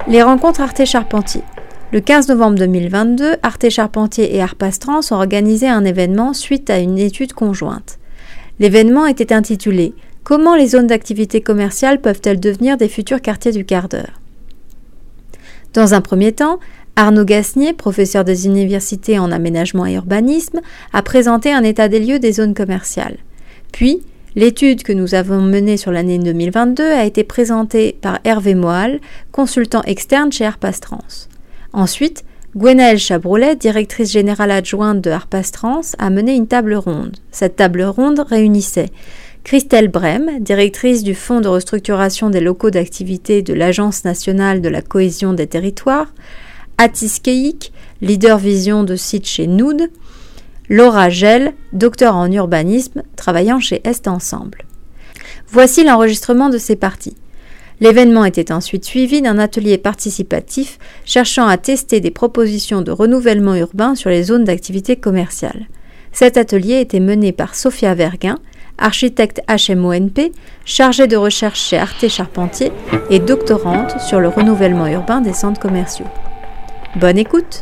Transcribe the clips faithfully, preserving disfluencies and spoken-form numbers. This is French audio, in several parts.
Les rencontres Arte-Charpentier. Le quinze novembre deux mille vingt-deux, Arte-Charpentier et Arpas Trans ont organisé un événement suite à une étude conjointe. L'événement était intitulé « Comment les zones d'activité commerciale peuvent-elles devenir des futurs quartiers du quart d'heure ?» Dans un premier temps, Arnaud Gasnier, professeur des universités en aménagement et urbanisme, a présenté un état des lieux des zones commerciales. Puis, l'étude que nous avons menée sur l'année deux mille vingt-deux a été présentée par Hervé Moal, consultant externe chez Arpas Trans. Ensuite, Gwenaëlle Chabroulet, directrice générale adjointe de Arpas Trans, a mené une table ronde. Cette table ronde réunissait Christelle Brem, directrice du Fonds de restructuration des locaux d'activité de l'Agence nationale de la cohésion des territoires, Atis Keik, leader vision de site chez Noud, Laura Gell, docteur en urbanisme, travaillant chez Est Ensemble. Voici l'enregistrement de ces parties. L'événement était ensuite suivi d'un atelier participatif cherchant à tester des propositions de renouvellement urbain sur les zones d'activité commerciale. Cet atelier était mené par Sophia Verguin, architecte H M O N P, chargée de recherche chez Arte-Charpentier et doctorante sur le renouvellement urbain des centres commerciaux. Bonne écoute!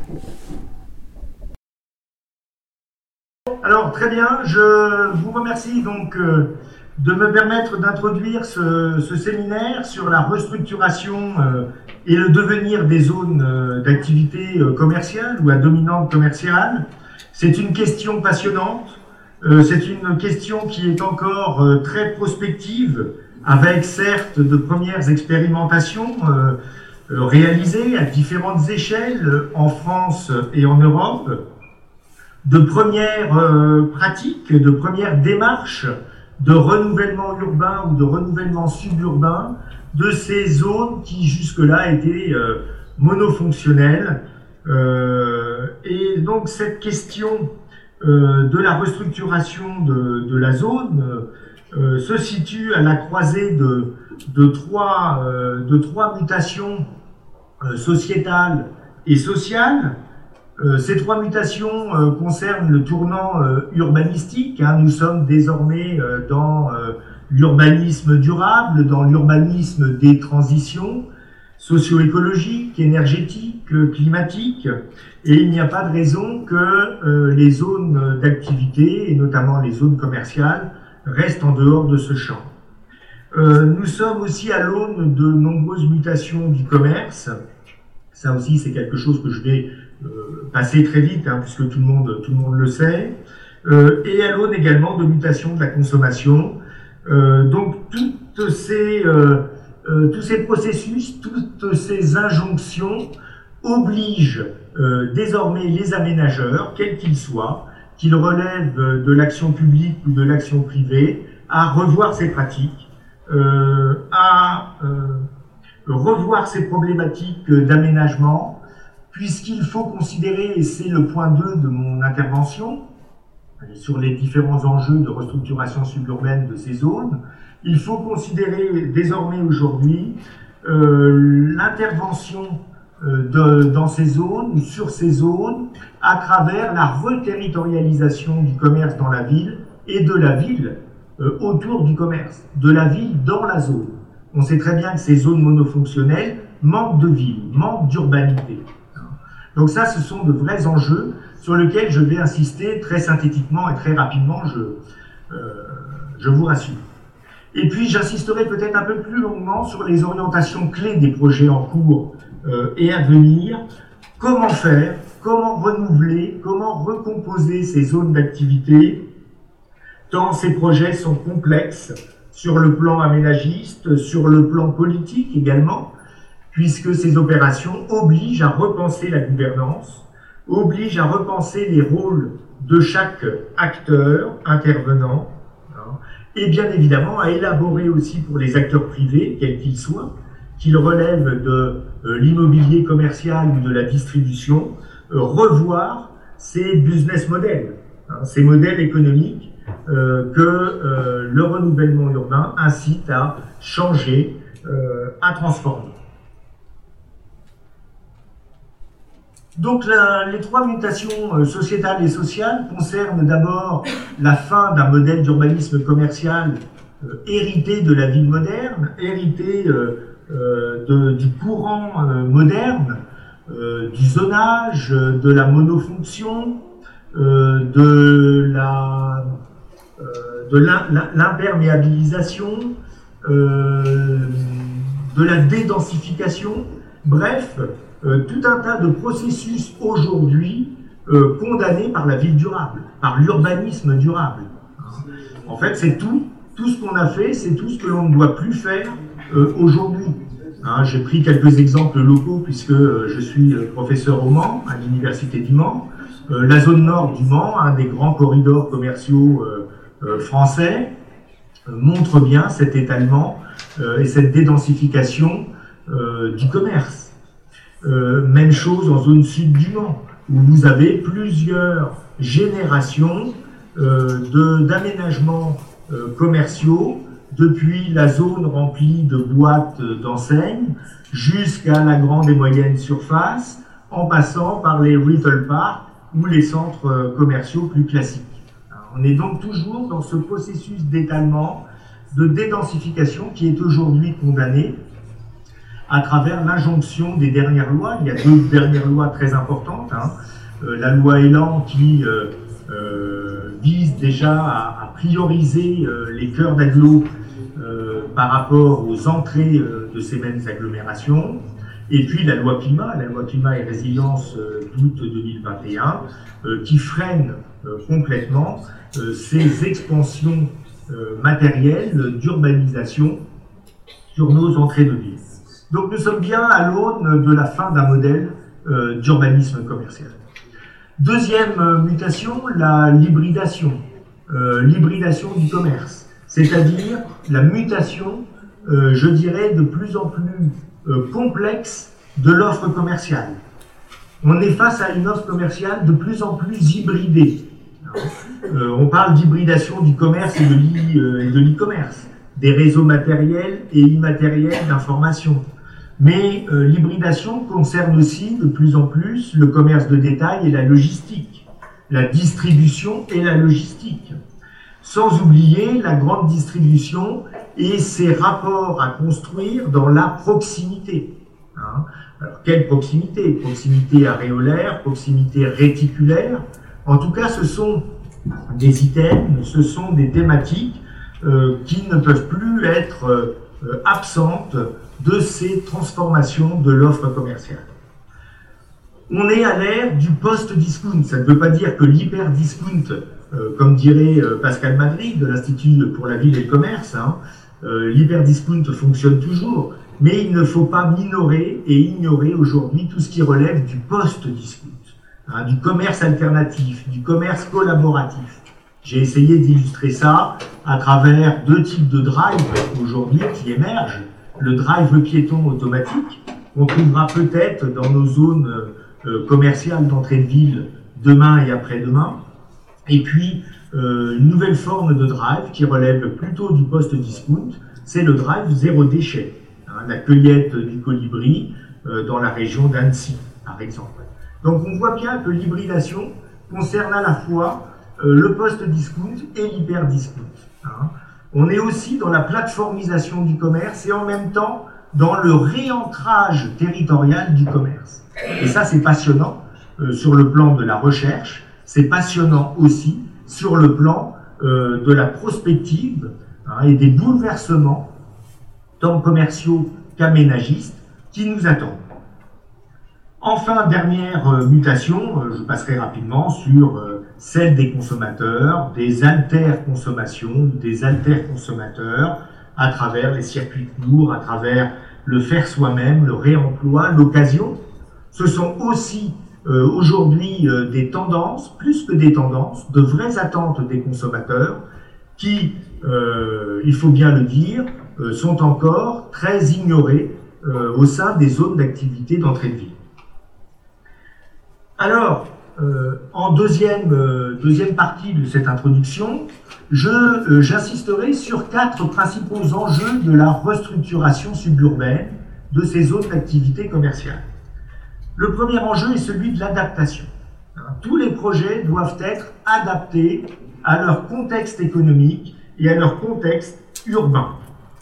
Alors très bien, je vous remercie donc euh, de me permettre d'introduire ce, ce séminaire sur la restructuration euh, et le devenir des zones euh, d'activité euh, commerciale ou à dominante commerciale. C'est une question passionnante, euh, c'est une question qui est encore euh, très prospective, avec certes de premières expérimentations euh, euh, réalisées à différentes échelles euh, en France et en Europe, de premières euh, pratiques, de premières démarches de renouvellement urbain ou de renouvellement suburbain de ces zones qui jusque-là étaient euh, monofonctionnelles. Euh, et donc cette question euh, de la restructuration de, de la zone euh, se situe à la croisée de, de, trois, euh, de trois mutations euh, sociétales et sociales. Euh, ces trois mutations euh, concernent le tournant euh, urbanistique. Hein. Nous sommes désormais euh, dans euh, l'urbanisme durable, dans l'urbanisme des transitions socio-écologiques, énergétiques, euh, climatiques. Et il n'y a pas de raison que euh, les zones d'activité, et notamment les zones commerciales, restent en dehors de ce champ. Euh, nous sommes aussi à l'aune de nombreuses mutations du commerce. Ça aussi, c'est quelque chose que je vais Euh, passer très vite, hein, puisque tout le monde, tout le monde le sait, euh, et à l'aune également de mutation de la consommation. Euh, donc toutes ces, euh, euh, tous ces processus, toutes ces injonctions obligent euh, désormais les aménageurs, quels qu'ils soient, qu'ils relèvent de l'action publique ou de l'action privée, à revoir ces pratiques, euh, à euh, revoir ces problématiques d'aménagement, puisqu'il faut considérer, et c'est le point deux de mon intervention, sur les différents enjeux de restructuration suburbaine de ces zones, il faut considérer désormais aujourd'hui euh, l'intervention euh, de, dans ces zones, sur ces zones, à travers la reterritorialisation du commerce dans la ville et de la ville euh, autour du commerce, de la ville dans la zone. On sait très bien que ces zones monofonctionnelles manquent de ville, manquent d'urbanité. Donc ça, ce sont de vrais enjeux sur lesquels je vais insister très synthétiquement et très rapidement, je, euh, je vous rassure. Et puis j'insisterai peut-être un peu plus longuement sur les orientations clés des projets en cours euh, et à venir. Comment faire, comment renouveler, comment recomposer ces zones d'activité, tant ces projets sont complexes sur le plan aménagiste, sur le plan politique également, puisque ces opérations obligent à repenser la gouvernance, obligent à repenser les rôles de chaque acteur intervenant, hein, et bien évidemment à élaborer aussi pour les acteurs privés, quels qu'ils soient, qu'ils relèvent de euh, l'immobilier commercial ou de la distribution, euh, revoir ces business models, hein, ces modèles économiques euh, que euh, le renouvellement urbain incite à changer, euh, à transformer. Donc la, les trois mutations euh, sociétales et sociales concernent d'abord la fin d'un modèle d'urbanisme commercial euh, hérité de la ville moderne, hérité euh, euh, de, du courant euh, moderne, euh, du zonage, de la monofonction, euh, de la euh, de l'imperméabilisation, euh, de la dédensification, bref, euh, tout un tas de processus aujourd'hui euh, condamnés par la ville durable, par l'urbanisme durable. En fait, c'est tout, tout ce qu'on a fait, c'est tout ce que l'on ne doit plus faire euh, aujourd'hui. Hein, j'ai pris quelques exemples locaux puisque euh, je suis professeur au Mans, à l'université du Mans. Euh, la zone nord du Mans, un des grands corridors commerciaux euh, euh, français, euh, montre bien cet étalement euh, et cette dédensification euh, du commerce. Euh, même chose en zone sud du Mans, où vous avez plusieurs générations euh, d'aménagements euh, commerciaux, depuis la zone remplie de boîtes d'enseignes jusqu'à la grande et moyenne surface, en passant par les retail parks ou les centres commerciaux plus classiques. On est donc toujours dans ce processus d'étalement, de dédensification qui est aujourd'hui condamné à travers l'injonction des dernières lois. Il y a deux dernières lois très importantes. Hein. Euh, la loi Elan qui euh, euh, vise déjà à, à prioriser euh, les cœurs d'agglo euh, par rapport aux entrées euh, de ces mêmes agglomérations. Et puis la loi climat, la loi climat et résilience euh, d'août deux mille vingt et un, euh, qui freine euh, complètement euh, ces expansions euh, matérielles d'urbanisation sur nos entrées de ville. Donc nous sommes bien à l'aune de la fin d'un modèle euh, d'urbanisme commercial. Deuxième euh, mutation, la l'hybridation, euh, l'hybridation du commerce, c'est-à-dire la mutation, euh, je dirais, de plus en plus euh, complexe de l'offre commerciale. On est face à une offre commerciale de plus en plus hybridée. Euh, on parle d'hybridation du commerce et de l'e-commerce, des réseaux matériels et immatériels d'information. Mais euh, l'hybridation concerne aussi de plus en plus le commerce de détail et la logistique, la distribution et la logistique, sans oublier la grande distribution et ses rapports à construire dans la proximité. Hein. Alors, quelle proximité? Proximité aréolaire, proximité réticulaire. En tout cas, ce sont des items, ce sont des thématiques euh, qui ne peuvent plus être euh, absentes de ces transformations de l'offre commerciale. On est à l'ère du post-discount. Ça ne veut pas dire que l'hyper-discount, euh, comme dirait euh, Pascal Madrid de l'Institut pour la ville et le commerce, hein, euh, l'hyper-discount fonctionne toujours, mais il ne faut pas minorer et ignorer aujourd'hui tout ce qui relève du post-discount, hein, du commerce alternatif, du commerce collaboratif. J'ai essayé d'illustrer ça à travers deux types de drive aujourd'hui qui émergent. Le drive piéton automatique, qu'on trouvera peut-être dans nos zones euh, commerciales d'entrée de ville demain et après-demain. Et puis, euh, une nouvelle forme de drive qui relève plutôt du post-discount, c'est le drive zéro déchet. Hein, la cueillette du colibri euh, dans la région d'Annecy, par exemple. Donc on voit bien que l'hybridation concerne à la fois euh, le post-discount et l'hyper-discount. Hein. On est aussi dans la plateformisation du commerce et en même temps dans le réancrage territorial du commerce. Et ça, c'est passionnant euh, sur le plan de la recherche, c'est passionnant aussi sur le plan euh, de la prospective hein, et des bouleversements, tant commerciaux qu'aménagistes, qui nous attendent. Enfin, dernière euh, mutation, euh, je passerai rapidement sur euh, celle des consommateurs, des alter-consommations, des alter-consommateurs, à travers les circuits courts, à travers le faire soi-même, le réemploi, l'occasion. Ce sont aussi euh, aujourd'hui euh, des tendances, plus que des tendances, de vraies attentes des consommateurs qui, euh, il faut bien le dire, euh, sont encore très ignorées euh, au sein des zones d'activité d'entrée de ville. Alors, euh, en deuxième, euh, deuxième partie de cette introduction, je, euh, j'insisterai sur quatre principaux enjeux de la restructuration suburbaine de ces zones d'activité commerciale. Le premier enjeu est celui de l'adaptation. Hein, tous les projets doivent être adaptés à leur contexte économique et à leur contexte urbain.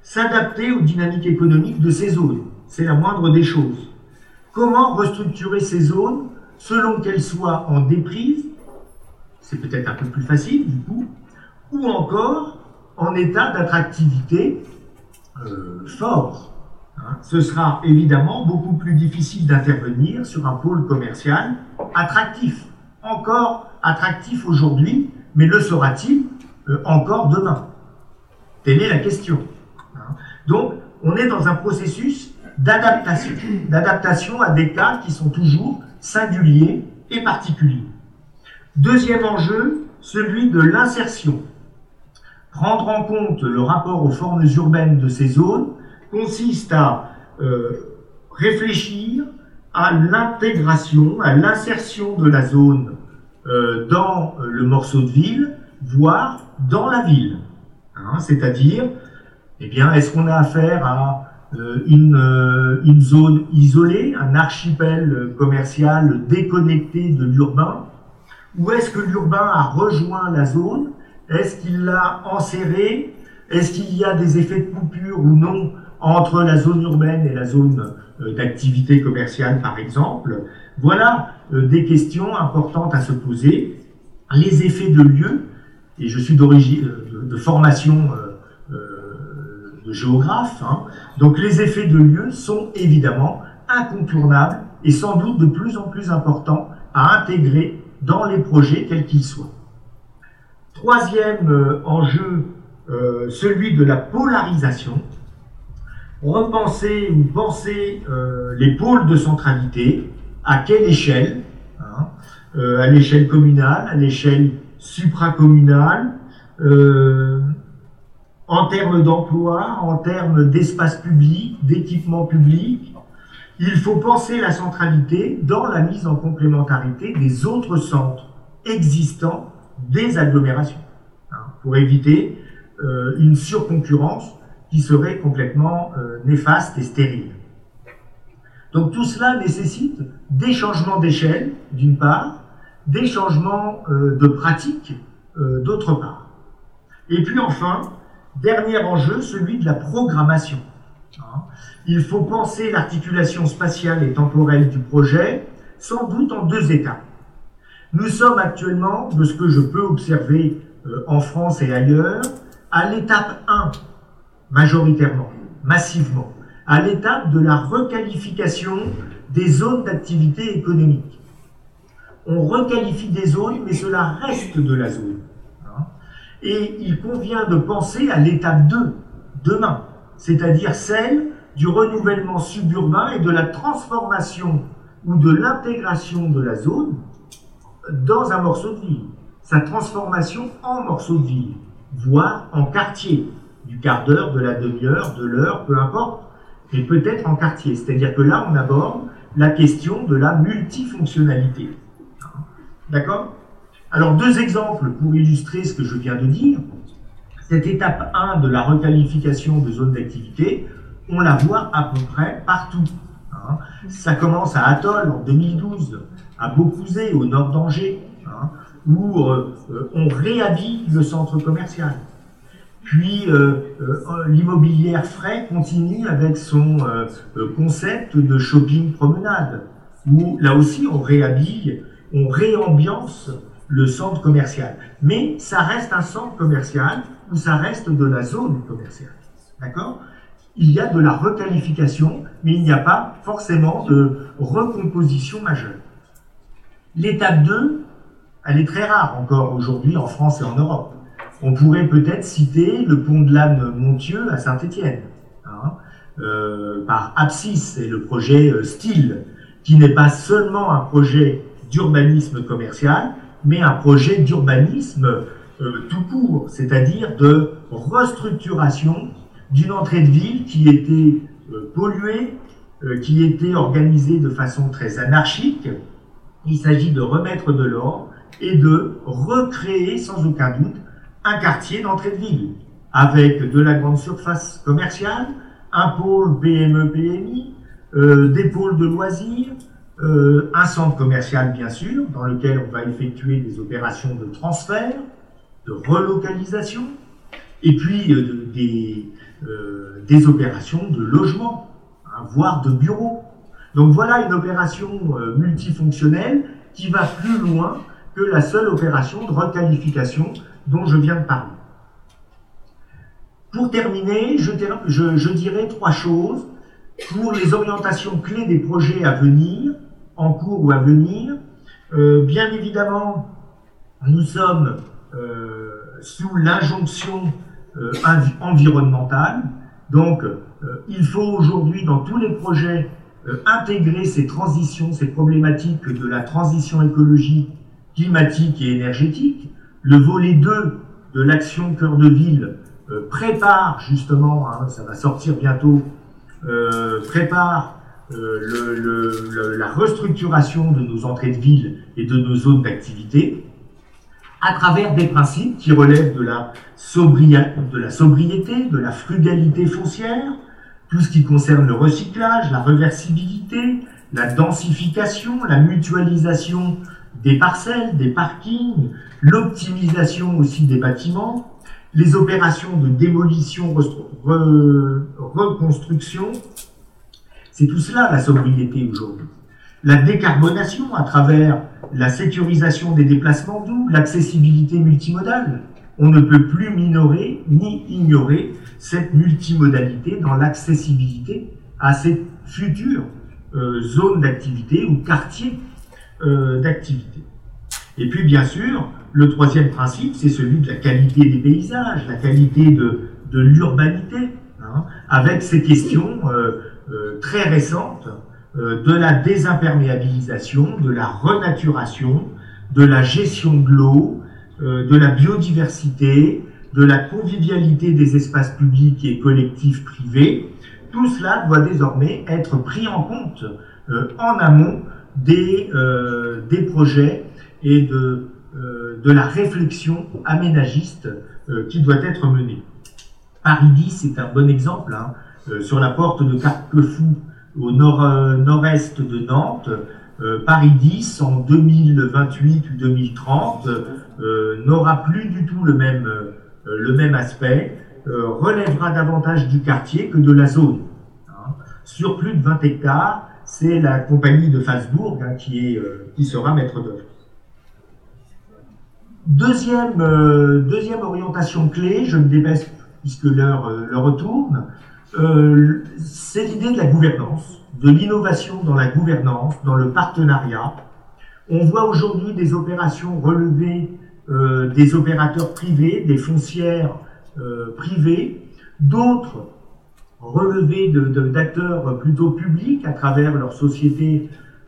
S'adapter aux dynamiques économiques de ces zones, c'est la moindre des choses. Comment restructurer ces zones selon qu'elles soient en déprise, c'est peut-être un peu plus facile du coup, ou encore en état d'attractivité euh, fort. Hein. Ce sera évidemment beaucoup plus difficile d'intervenir sur un pôle commercial attractif, encore attractif aujourd'hui, mais le sera-t-il euh, encore demain? Telle est la question. Hein. Donc, on est dans un processus d'adaptation, d'adaptation à des cas qui sont toujours singuliers et particuliers. Deuxième enjeu, celui de l'insertion. Prendre en compte le rapport aux formes urbaines de ces zones consiste à euh, réfléchir à l'intégration, à l'insertion de la zone euh, dans le morceau de ville, voire dans la ville. Hein, c'est-à-dire, eh bien, est-ce qu'on a affaire à euh, une, euh, une zone isolée, un archipel commercial déconnecté de l'urbain, ou est-ce que l'urbain a rejoint la zone? Est-ce qu'il l'a enserré? Est-ce qu'il y a des effets de coupure ou non entre la zone urbaine et la zone euh, d'activité commerciale, par exemple? Voilà euh, des questions importantes à se poser. Les effets de lieu, et je suis d'origine, de, de formation euh, euh, de géographe, hein, donc les effets de lieu sont évidemment incontournables et sans doute de plus en plus importants à intégrer dans les projets quels qu'ils soient. Troisième euh, enjeu, euh, celui de la polarisation. Repenser ou penser euh, les pôles de centralité, à quelle échelle, hein, euh, à l'échelle communale, à l'échelle supracommunale, euh, en termes d'emploi, en termes d'espace public, d'équipement public. Il faut penser la centralité dans la mise en complémentarité des autres centres existants des agglomérations, hein, pour éviter euh, une surconcurrence qui serait complètement euh, néfaste et stérile. Donc tout cela nécessite des changements d'échelle, d'une part, des changements euh, de pratique, euh, d'autre part. Et puis enfin, dernier enjeu, celui de la programmation. Hein. Il faut penser l'articulation spatiale et temporelle du projet, sans doute en deux étapes. Nous sommes actuellement, de ce que je peux observer euh, en France et ailleurs, à l'étape un, majoritairement, massivement, à l'étape de la requalification des zones d'activité économique. On requalifie des zones, mais cela reste de la zone. Hein. Et il convient de penser à l'étape deux, demain, c'est-à-dire celle du renouvellement suburbain et de la transformation ou de l'intégration de la zone dans un morceau de ville, sa transformation en morceau de ville, voire en quartier, du quart d'heure, de la demi-heure, de l'heure, peu importe, et peut-être en quartier. C'est-à-dire que là, on aborde la question de la multifonctionnalité. D'accord? Alors, deux exemples pour illustrer ce que je viens de dire. Cette étape un de la requalification de zones d'activité, on la voit à peu près partout. Hein. Ça commence à Atoll en deux mille douze, à Beaucouzé, au nord d'Angers, hein, où euh, on réhabille le centre commercial. Puis euh, euh, l'immobilière Fray continue avec son euh, concept de shopping promenade, où là aussi on réhabille, on réambiance le centre commercial. Mais ça reste un centre commercial ou ça reste de la zone commerciale. D'accord ? Il y a de la requalification, mais il n'y a pas forcément de recomposition majeure. L'étape deux, elle est très rare encore aujourd'hui en France et en Europe. On pourrait peut-être citer le pont de l'Âne Montieux à Saint-Étienne, hein, euh, par Apsis et le projet euh, Style, qui n'est pas seulement un projet d'urbanisme commercial, mais un projet d'urbanisme euh, tout court, c'est-à-dire de restructuration d'une entrée de ville qui était euh, polluée, euh, qui était organisée de façon très anarchique. Il s'agit de remettre de l'ordre et de recréer sans aucun doute un quartier d'entrée de ville, avec de la grande surface commerciale, un pôle P M E P M I, euh, des pôles de loisirs, euh, un centre commercial bien sûr, dans lequel on va effectuer des opérations de transfert, de relocalisation, et puis euh, des, euh, des opérations de logement, hein, voire de bureaux. Donc voilà une opération euh, multifonctionnelle qui va plus loin que la seule opération de requalification dont je viens de parler. Pour terminer, je, ter je, je dirais trois choses pour les orientations clés des projets à venir, en cours ou à venir. Euh, bien évidemment, nous sommes euh, sous l'injonction euh, environnementale, donc euh, il faut aujourd'hui dans tous les projets euh, intégrer ces transitions, ces problématiques de la transition écologique, climatique et énergétique. Le volet deux de l'action cœur de ville euh, prépare justement, hein, ça va sortir bientôt, euh, prépare euh, le, le, le, la restructuration de nos entrées de ville et de nos zones d'activité à travers des principes qui relèvent de la, sobria, de la sobriété, de la frugalité foncière, tout ce qui concerne le recyclage, la réversibilité, la densification, la mutualisation des parcelles, des parkings, l'optimisation aussi des bâtiments, les opérations de démolition, re, reconstruction. C'est tout cela la sobriété aujourd'hui. La décarbonation à travers la sécurisation des déplacements doux, l'accessibilité multimodale. On ne peut plus minorer ni ignorer cette multimodalité dans l'accessibilité à ces futures euh, zones d'activité ou quartiers euh, d'activité. Et puis bien sûr, le troisième principe, c'est celui de la qualité des paysages, la qualité de, de l'urbanité, hein, avec ces questions euh, euh, très récentes euh, de la désimperméabilisation, de la renaturation, de la gestion de l'eau, euh, de la biodiversité, de la convivialité des espaces publics et collectifs privés. Tout cela doit désormais être pris en compte euh, en amont des, euh, des projets et de, euh, de la réflexion aménagiste euh, qui doit être menée. Paris dix est un bon exemple, hein, euh, sur la porte de Carquefou au nord, euh, nord-est de Nantes. Euh, Paris dix en deux mille vingt-huit ou deux mille trente euh, n'aura plus du tout le même, euh, le même aspect, euh, relèvera davantage du quartier que de la zone. Hein. Sur plus de vingt hectares, c'est la compagnie de Falsbourg hein, qui, est, euh, qui sera maître d'œuvre. Deuxième, euh, deuxième orientation clé, je me débaisse puisque l'heure euh, le retourne, euh, c'est l'idée de la gouvernance, de l'innovation dans la gouvernance, dans le partenariat. On voit aujourd'hui des opérations relevées euh, des opérateurs privés, des foncières euh, privées, d'autres relevées de, de, d'acteurs plutôt publics à travers leurs sociétés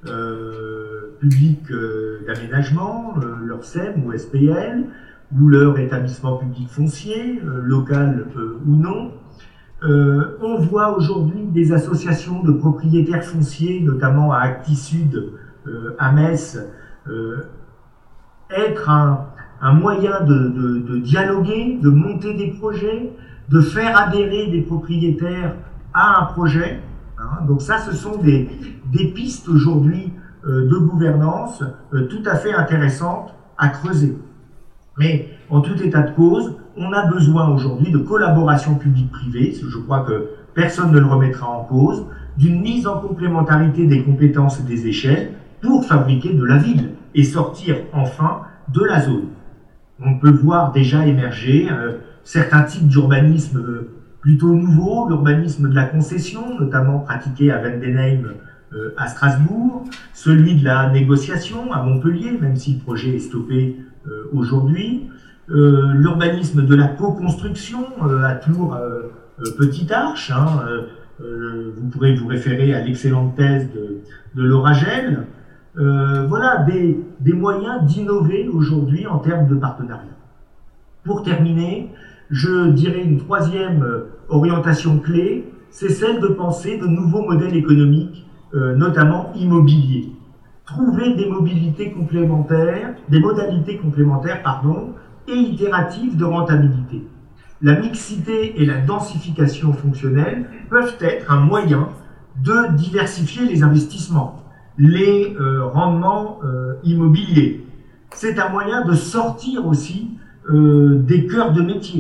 euh, publiques euh, d'aménagement, euh, leur S E M ou S P L, ou leur établissement public foncier, euh, local euh, ou non. Euh, on voit aujourd'hui des associations de propriétaires fonciers, notamment à Actisud, euh, à Metz, euh, être un, un moyen de, de, de dialoguer, de monter des projets, de faire adhérer des propriétaires à un projet. Hein. Donc ça, ce sont des, des pistes aujourd'hui euh, de gouvernance euh, tout à fait intéressantes à creuser. Mais en tout état de cause, on a besoin aujourd'hui de collaboration publique-privée, je crois que personne ne le remettra en cause, d'une mise en complémentarité des compétences et des échelles pour fabriquer de la ville et sortir enfin de la zone. On peut voir déjà émerger euh, certains types d'urbanisme euh, plutôt nouveaux, l'urbanisme de la concession, notamment pratiqué à Vendenheim euh, à Strasbourg, celui de la négociation à Montpellier, même si le projet est stoppé euh, aujourd'hui, euh, l'urbanisme de la co-construction euh, à Tours, euh, euh, Petite Arche, hein, euh, euh, vous pourrez vous référer à l'excellente thèse de, de Laura Gel. Euh, voilà des, des moyens d'innover aujourd'hui en termes de partenariat. Pour terminer, je dirais une troisième orientation clé, c'est celle de penser de nouveaux modèles économiques, euh, notamment immobiliers. Trouver des mobilités complémentaires, des modalités complémentaires, pardon, et itératives de rentabilité. La mixité et la densification fonctionnelle peuvent être un moyen de diversifier les investissements, les euh, rendements euh, immobiliers. C'est un moyen de sortir aussi euh, des cœurs de métier,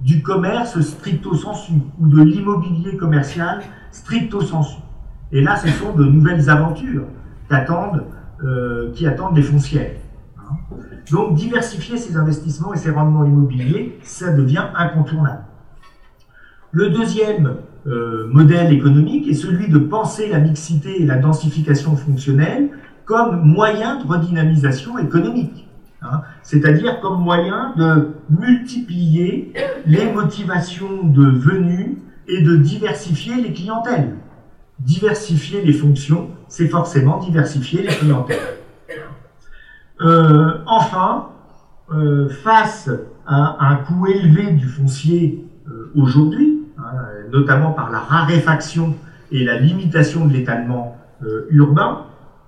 du commerce stricto sensu ou de l'immobilier commercial stricto sensu. Et là, ce sont de nouvelles aventures qu'attendent, euh, qui attendent les foncières. Donc, diversifier ses investissements et ses rendements immobiliers, ça devient incontournable. Le deuxième euh, modèle économique est celui de penser la mixité et la densification fonctionnelle comme moyen de redynamisation économique, hein, c'est-à-dire comme moyen de multiplier les motivations de venue et de diversifier les clientèles. Diversifier les fonctions, c'est forcément diversifier les clientèles. Euh, enfin, euh, face à un coût élevé du foncier euh, aujourd'hui, hein, notamment par la raréfaction et la limitation de l'étalement euh, urbain,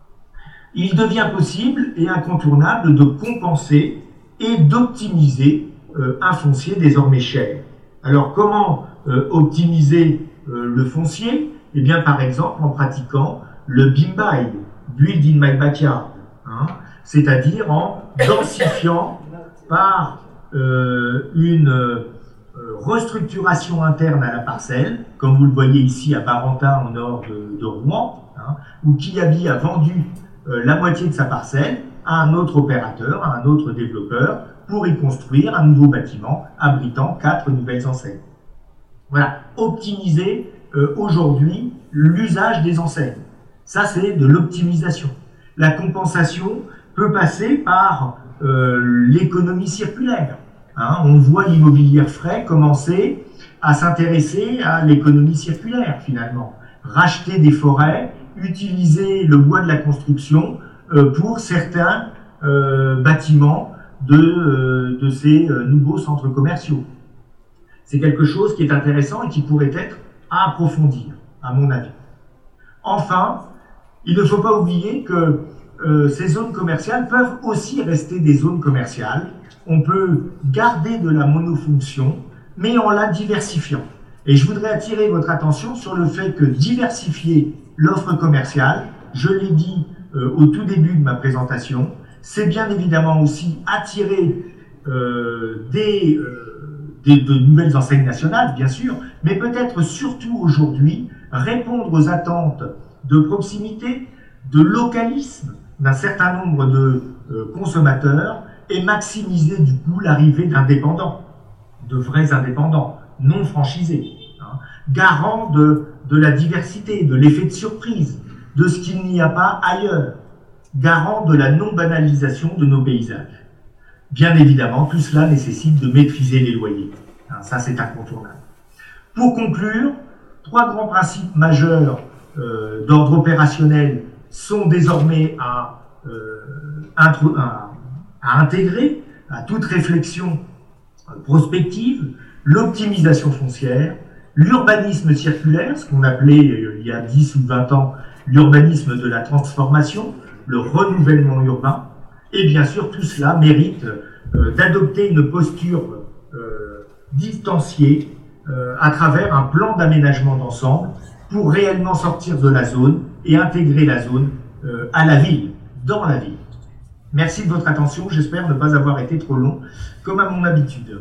il devient possible et incontournable de compenser et d'optimiser euh, un foncier désormais cher. Alors comment euh, optimiser euh, le foncier? Eh bien par exemple en pratiquant le B I M B Y, Build in My Backyard, hein, c'est-à-dire en densifiant par euh, une euh, restructuration interne à la parcelle, comme vous le voyez ici à Barentin au nord de, de Rouen, hein, où Kiabi a vendu euh, la moitié de sa parcelle à un autre opérateur, à un autre développeur, pour y construire un nouveau bâtiment abritant quatre nouvelles enseignes. Voilà, optimiser euh, aujourd'hui l'usage des enseignes. Ça, c'est de l'optimisation. La compensation peut passer par euh, l'économie circulaire. Hein, on voit l'immobilier frais commencer à s'intéresser à l'économie circulaire, finalement. Racheter des forêts, utiliser le bois de la construction euh, pour certains euh, bâtiments de, euh, de ces euh, nouveaux centres commerciaux. C'est quelque chose qui est intéressant et qui pourrait être à approfondir, à mon avis. Enfin, il ne faut pas oublier que euh, ces zones commerciales peuvent aussi rester des zones commerciales. On peut garder de la monofonction, mais en la diversifiant. Et je voudrais attirer votre attention sur le fait que diversifier l'offre commerciale, je l'ai dit euh, au tout début de ma présentation, c'est bien évidemment aussi attirer euh, des, euh, des, de nouvelles enseignes nationales, bien sûr, mais peut-être surtout aujourd'hui répondre aux attentes de proximité, de localisme d'un certain nombre de euh, consommateurs et maximiser du coup l'arrivée d'indépendants, de vrais indépendants, non franchisés, hein, garants de, de la diversité, de l'effet de surprise, de ce qu'il n'y a pas ailleurs, garant de la non-banalisation de nos paysages. Bien évidemment, tout cela nécessite de maîtriser les loyers. Hein, ça, c'est incontournable. Pour conclure, trois grands principes majeurs euh, d'ordre opérationnel sont désormais à, euh, intro, à, à intégrer à toute réflexion prospective: l'optimisation foncière, l'urbanisme circulaire, ce qu'on appelait euh, il y a dix ou vingt ans l'urbanisme de la transformation, le renouvellement urbain, et bien sûr tout cela mérite euh, d'adopter une posture euh, distanciée euh, à travers un plan d'aménagement d'ensemble pour réellement sortir de la zone et intégrer la zone euh, à la ville, dans la ville. Merci de votre attention, j'espère ne pas avoir été trop long, comme à mon habitude.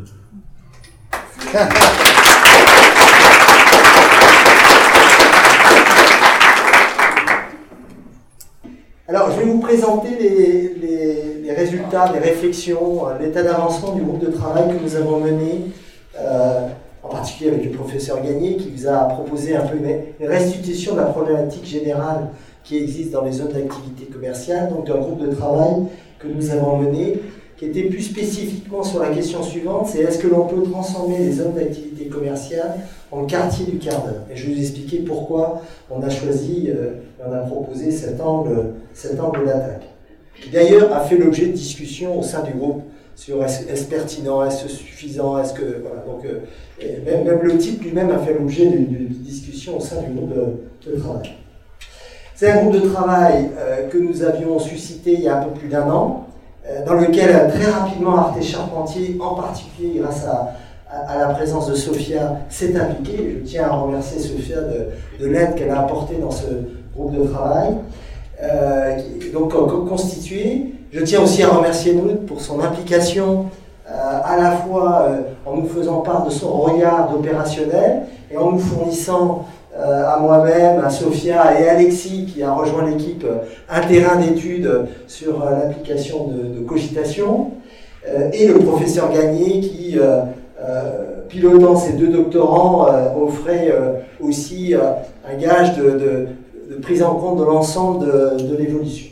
Alors, je vais vous présenter les, les, les résultats, les réflexions, l'état d'avancement du groupe de travail que nous avons mené, euh, en particulier avec le professeur Gagné, qui vous a proposé un peu une restitution de la problématique générale qui existe dans les zones d'activité commerciale, donc d'un groupe de travail que nous avons mené, qui était plus spécifiquement sur la question suivante, c'est est-ce que l'on peut transformer les zones d'activité commerciale en quartier du quart d'heure? Et je vais vous expliquer pourquoi on a choisi, euh, on a proposé cet angle, cet angle d'attaque. Qui d'ailleurs a fait l'objet de discussions au sein du groupe sur est-ce, est-ce pertinent, est-ce suffisant, est-ce que... Voilà, donc euh, même, même le titre lui-même a fait l'objet d'une, d'une discussion au sein du groupe de, de travail. C'est un groupe de travail euh, que nous avions suscité il y a un peu plus d'un an, euh, dans lequel euh, très rapidement Arte Charpentier, en particulier grâce à, à, à la présence de Sophia, s'est impliqué. Je tiens à remercier Sophia de, de l'aide qu'elle a apportée dans ce groupe de travail. Euh, donc constitué. Je tiens aussi à remercier Noud pour son implication euh, à la fois euh, en nous faisant part de son regard d'opérationnel et en nous fournissant euh, à moi-même, à Sophia et à Alexis qui a rejoint l'équipe euh, un terrain d'études sur euh, l'application de, de cogitation, euh, et le professeur Gagné qui, euh, euh, pilotant ses deux doctorants, euh, offrait euh, aussi euh, un gage de, de, de prise en compte de l'ensemble de, de l'évolution.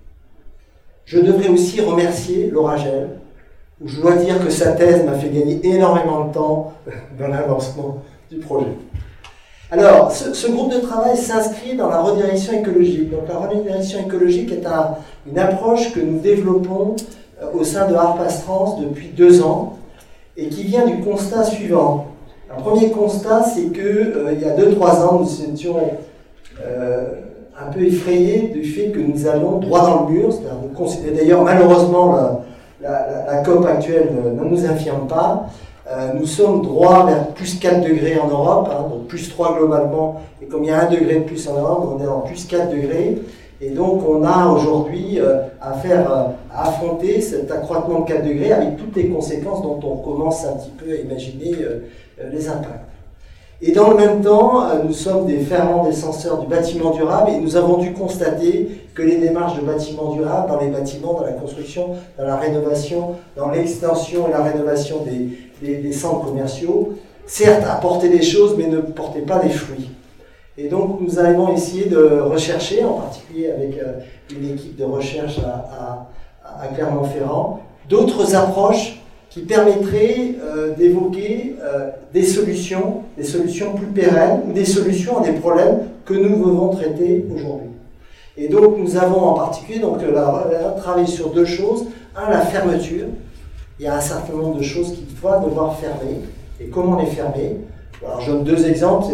Je devrais aussi remercier Laura Gel, où je dois dire que sa thèse m'a fait gagner énormément de temps dans l'avancement du projet. Alors, ce, ce groupe de travail s'inscrit dans la redirection écologique. Donc, la redirection écologique est un, une approche que nous développons euh, au sein de Harpastrans depuis deux ans et qui vient du constat suivant. Un premier constat, c'est que euh, il y a deux trois ans, nous étions euh, un peu effrayés du fait que nous allons droit dans le mur. C'est d'ailleurs, malheureusement, la, la, la, la COP actuelle ne, ne nous infirme pas. Euh, nous sommes droit vers plus quatre degrés en Europe, hein, donc plus trois globalement, et comme il y a un degré de plus en Europe, on est en plus quatre degrés, et donc on a aujourd'hui euh, à faire, euh, à affronter cet accroissement de quatre degrés avec toutes les conséquences dont on commence un petit peu à imaginer euh, euh, les impacts. Et dans le même temps, euh, nous sommes des fervents défenseurs du bâtiment durable, et nous avons dû constater que les démarches de bâtiment durable dans les bâtiments, dans la construction, dans la rénovation, dans l'extension et la rénovation des Des, des centres commerciaux, certes apportaient des choses, mais ne portaient pas des fruits. Et donc nous avons essayé de rechercher, en particulier avec euh, une équipe de recherche à, à, à Clermont-Ferrand, d'autres approches qui permettraient euh, d'évoquer euh, des solutions, des solutions plus pérennes, ou des solutions à des problèmes que nous devons traiter aujourd'hui. Et donc nous avons en particulier donc, la, la, travaillé sur deux choses. Un, la fermeture. Il y a un certain nombre de choses qu'il faut devoir fermer, et comment les fermer. Alors je donne deux exemples.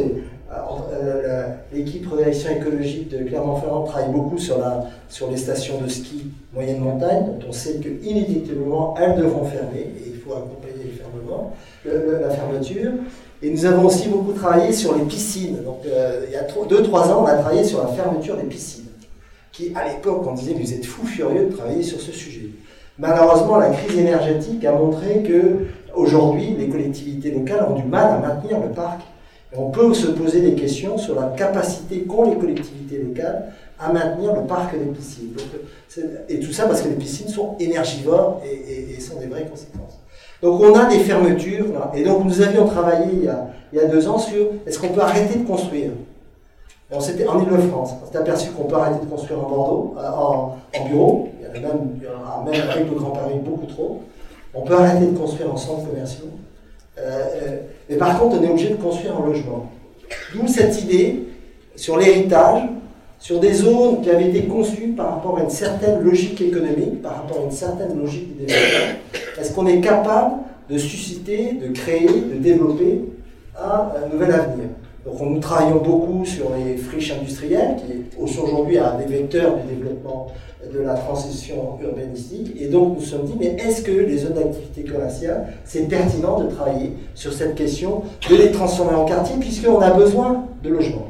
Euh, l'équipe de direction écologique de Clermont-Ferrand travaille beaucoup sur, la, sur les stations de ski moyenne montagne, dont on sait qu'inévitablement elles devront fermer, et il faut accompagner le fermement, le, le, la fermeture. Et nous avons aussi beaucoup travaillé sur les piscines. Donc euh, il y a deux trois ans, on a travaillé sur la fermeture des piscines, qui à l'époque on disait vous êtes fous furieux de travailler sur ce sujet. Malheureusement, la crise énergétique a montré que aujourd'hui, les collectivités locales ont du mal à maintenir le parc. Et on peut se poser des questions sur la capacité qu'ont les collectivités locales à maintenir le parc des piscines. Donc, et tout ça parce que les piscines sont énergivores et, et, et sont des vraies conséquences. Donc on a des fermetures, là, et donc nous avions travaillé il y a, il y a deux ans sur est-ce qu'on peut arrêter de construire. Et on s'était en Île-de-France, on s'est aperçu qu'on peut arrêter de construire en Bordeaux, en, en bureau. Même, même avec le Grand Paris, beaucoup trop. On peut arrêter de construire en centres commerciaux. Euh, mais par contre, on est obligé de construire en logement. D'où cette idée sur l'héritage, sur des zones qui avaient été conçues par rapport à une certaine logique économique, par rapport à une certaine logique de développement. Est-ce qu'on est capable de susciter, de créer, de développer un, un nouvel avenir? Donc nous travaillons beaucoup sur les friches industrielles, qui sont aujourd'hui un des vecteurs du développement de la transition urbanistique. Et donc nous nous sommes dit, mais est-ce que les zones d'activité commerciale, c'est pertinent de travailler sur cette question, de les transformer en quartier, puisqu'on a besoin de logements.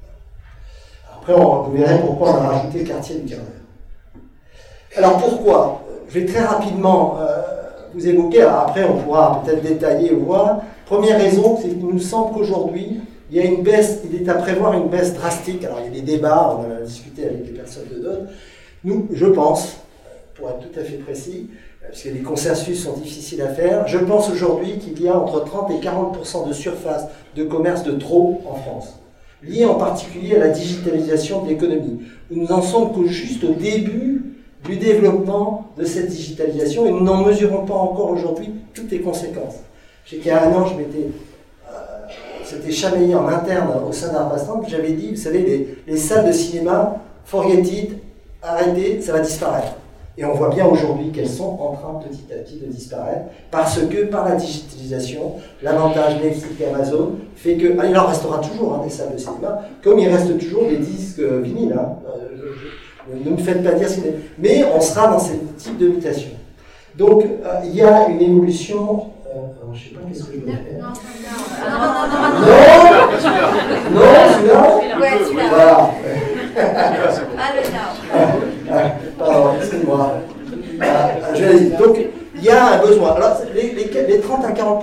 Après, on, vous verrez pourquoi on a rajouté le quartier du quart d'heure. Alors pourquoi? Je vais très rapidement euh, vous évoquer, alors après on pourra peut-être détailler ou voir. Première raison, c'est qu'il nous semble qu'aujourd'hui, il y a une baisse, il est à prévoir une baisse drastique. Alors il y a des débats, on en a discuté avec des personnes de d'autres. Nous, je pense, pour être tout à fait précis, parce que les consensus sont difficiles à faire, je pense aujourd'hui qu'il y a entre trente et quarante pour cent de surface de commerce de trop en France, lié en particulier à la digitalisation de l'économie. Nous n'en sommes qu'au juste au début du développement de cette digitalisation et nous n'en mesurons pas encore aujourd'hui toutes les conséquences. Je sais qu'il y a un an, je m'étais... C'était chamaillé en interne au sein d'Harpastrans, j'avais dit, vous savez, les, les salles de cinéma, forget it, arrêtez, ça va disparaître. Et on voit bien aujourd'hui qu'elles sont en train petit à petit de disparaître, parce que par la digitalisation, l'avantage Netflix et Amazon fait que, ah, il en restera toujours hein, des salles de cinéma, comme il reste toujours des disques euh, vinyles. Hein. Euh, je, je, ne me faites pas dire ce qu'il est. Mais on sera dans ce type de mutation. Donc euh, il y a une évolution. Euh, je ne sais pas qu'est-ce que je dois faire. Non, non, non, non, non, celui-là. Ouais, celui-là. Voilà. Ah, le Pardon, excusez-moi. Euh, je vais dire. Donc, il y a un besoin. Alors, les,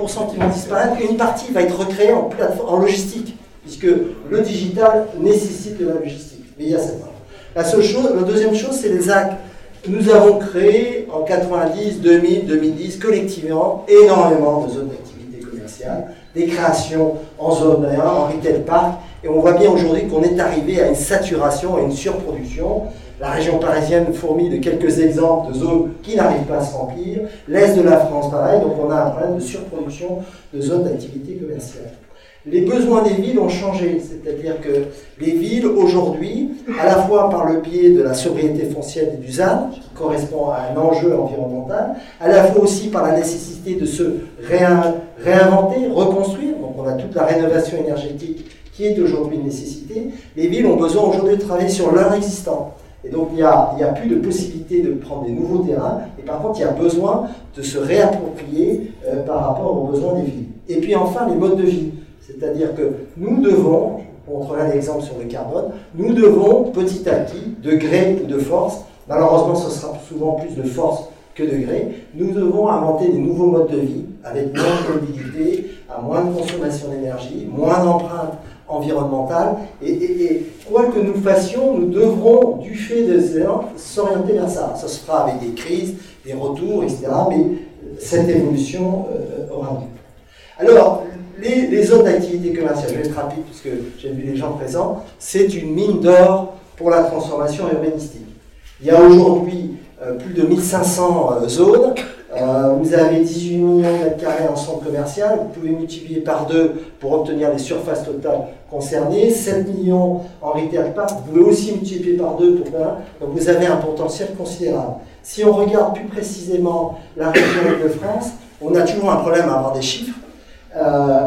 pour cent qui vont disparaître, et une partie va être recréée en, en logistique, puisque le digital nécessite de la logistique. Mais il y a cette part. La seule chose, la deuxième chose, c'est les A C. Nous avons créé en quatre-vingt-dix, deux mille, deux mille dix, collectivement, énormément de zones d'activité commerciale, des créations en zone un, en retail park, et on voit bien aujourd'hui qu'on est arrivé à une saturation, à une surproduction. La région parisienne fourmille de quelques exemples de zones qui n'arrivent pas à se remplir. L'Est de la France, pareil, donc on a un problème de surproduction de zones d'activité commerciale. Les besoins des villes ont changé, c'est-à-dire que les villes, aujourd'hui, à la fois par le biais de la sobriété foncière et du Z A N, qui correspond à un enjeu environnemental, à la fois aussi par la nécessité de se réin- réinventer, reconstruire, donc on a toute la rénovation énergétique qui est aujourd'hui une nécessité, les villes ont besoin aujourd'hui de travailler sur leur existant. Et donc il n'y a, il y a plus de possibilité de prendre des nouveaux terrains, et par contre il y a besoin de se réapproprier euh, par rapport aux besoins des villes. Et puis enfin les modes de vie. C'est-à-dire que nous devons, je montrerai un exemple sur le carbone, nous devons petit à petit, de gré ou de force, malheureusement ce sera souvent plus de force que de gré, nous devons inventer des nouveaux modes de vie avec moins de mobilité, à moins de consommation d'énergie, moins d'empreintes environnementales, et, et, et quoi que nous fassions, nous devrons, du fait de cela, s'orienter vers ça. Ça se fera avec des crises, des retours, et cetera, mais cette évolution euh, aura lieu. Alors, Les, les zones d'activité commerciale, je vais être rapide puisque j'ai vu les gens présents, c'est une mine d'or pour la transformation urbanistique. Il y a aujourd'hui euh, plus de mille cinq cents euh, zones, euh, vous avez dix-huit millions de mètres carrés en centre commercial, vous pouvez multiplier par deux pour obtenir les surfaces totales concernées, sept millions en retail park, vous pouvez aussi multiplier par deux pour un, donc vous avez un potentiel considérable. Si on regarde plus précisément la région de France, on a toujours un problème à avoir des chiffres. Euh,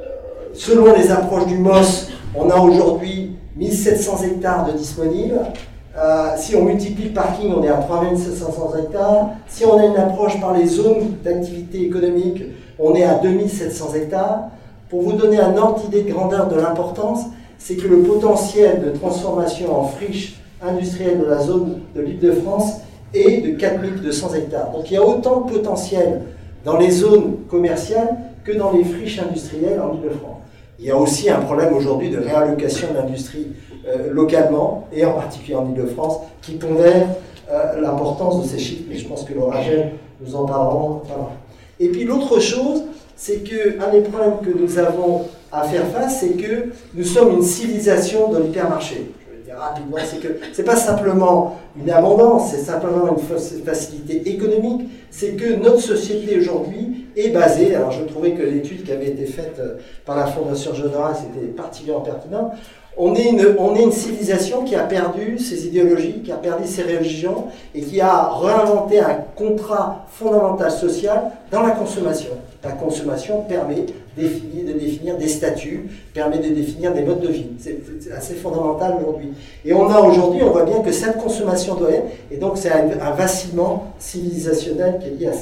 selon les approches du M O S, on a aujourd'hui mille sept cents hectares de disponibles. Euh, si on multiplie le parking, on est à trois mille cinq cents hectares. Si on a une approche par les zones d'activité économique, on est à deux mille sept cents hectares. Pour vous donner un ordre d'idée de grandeur de l'importance, c'est que le potentiel de transformation en friche industrielle de la zone de l'Île-de-France est de quatre mille deux cents hectares. Donc il y a autant de potentiel dans les zones commerciales que dans les friches industrielles en Île-de-France. Il y a aussi un problème aujourd'hui de réallocation de l'industrie euh, localement, et en particulier en Île-de-France, qui pondère euh, l'importance de ces chiffres, mais je pense que Laura Gel nous en parlerons. Voilà. Et puis l'autre chose, c'est qu'un des problèmes que nous avons à faire face, c'est que nous sommes une civilisation de l'hypermarché. Je vais le dire rapidement, c'est que c'est pas simplement une abondance, c'est simplement une facilité économique, c'est que notre société aujourd'hui est basée, alors je trouvais que l'étude qui avait été faite par la Fondation Jean Jaurès était particulièrement pertinente, on est, une, on est une civilisation qui a perdu ses idéologies, qui a perdu ses religions et qui a réinventé un contrat fondamental social dans la consommation. La consommation permet définir, de définir des statuts, permet de définir des modes de vie. C'est assez fondamental aujourd'hui. Et on a aujourd'hui, on voit bien que cette consommation doit être, et donc c'est un, un vacillement civilisationnel qui est lié à ça.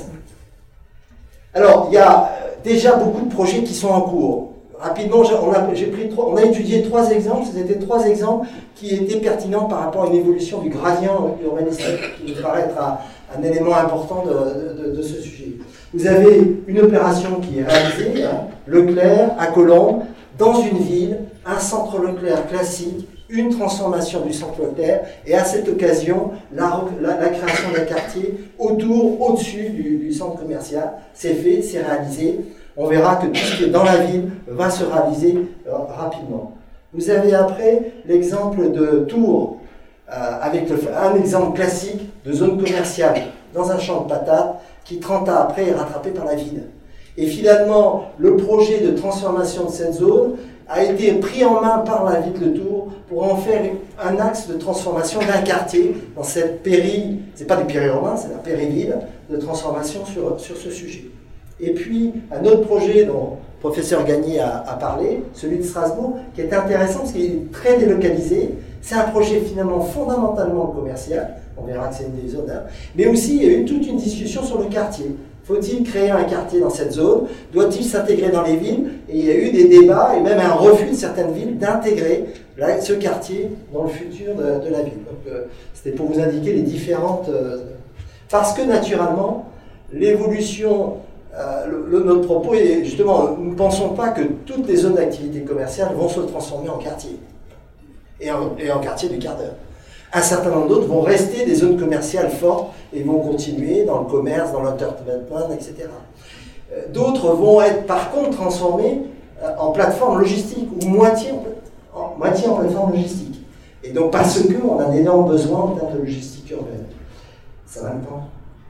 Alors, il y a déjà beaucoup de projets qui sont en cours. Rapidement, on a, j'ai pris trois, on a étudié trois exemples, c'était trois exemples qui étaient pertinents par rapport à une évolution du gradient urbanistique, qui me paraît être un, un élément important de, de, de ce sujet. Vous avez une opération qui est réalisée, hein, Leclerc à Colombes, dans une ville, un centre Leclerc classique, une transformation du centre Leclerc, et à cette occasion, la, la, la création d'un quartier autour, au-dessus du, du centre commercial. C'est fait, c'est réalisé. On verra que tout ce qui est dans la ville va se réaliser euh, rapidement. Vous avez après l'exemple de Tours, euh, avec le, un exemple classique de zone commerciale dans un champ de patates qui, trente ans après, est rattrapé par la ville. Et finalement, le projet de transformation de cette zone a été pris en main par la ville de Tours pour en faire un axe de transformation d'un quartier dans cette péri, c'est pas des périurbains, c'est la périville de transformation sur, sur ce sujet. Et puis, un autre projet dont le professeur Gagné a, a parlé, celui de Strasbourg, qui est intéressant parce qu'il est très délocalisé. C'est un projet finalement fondamentalement commercial, on verra que c'est une des zones, hein. Mais aussi il y a eu toute une discussion sur le quartier. Faut-il créer un quartier dans cette zone? Doit-il s'intégrer dans les villes? Et il y a eu des débats et même un refus de certaines villes d'intégrer ce quartier dans le futur de, de la ville. Donc euh, c'était pour vous indiquer les différentes... Euh, parce que naturellement, l'évolution euh, le, le, notre propos est justement, nous ne pensons pas que toutes les zones d'activité commerciale vont se transformer en quartier, et en, et en quartier du quart d'heure. Un certain nombre d'autres vont rester des zones commerciales fortes et vont continuer dans le commerce, dans l'entertainment, et cetera. Euh, d'autres vont être par contre transformées euh, en plateforme logistique, ou moitié en, en, moitié en plateforme logistique. Et donc parce qu'on a d'énormes besoins en termes de logistique urbaine. Ça va le temps.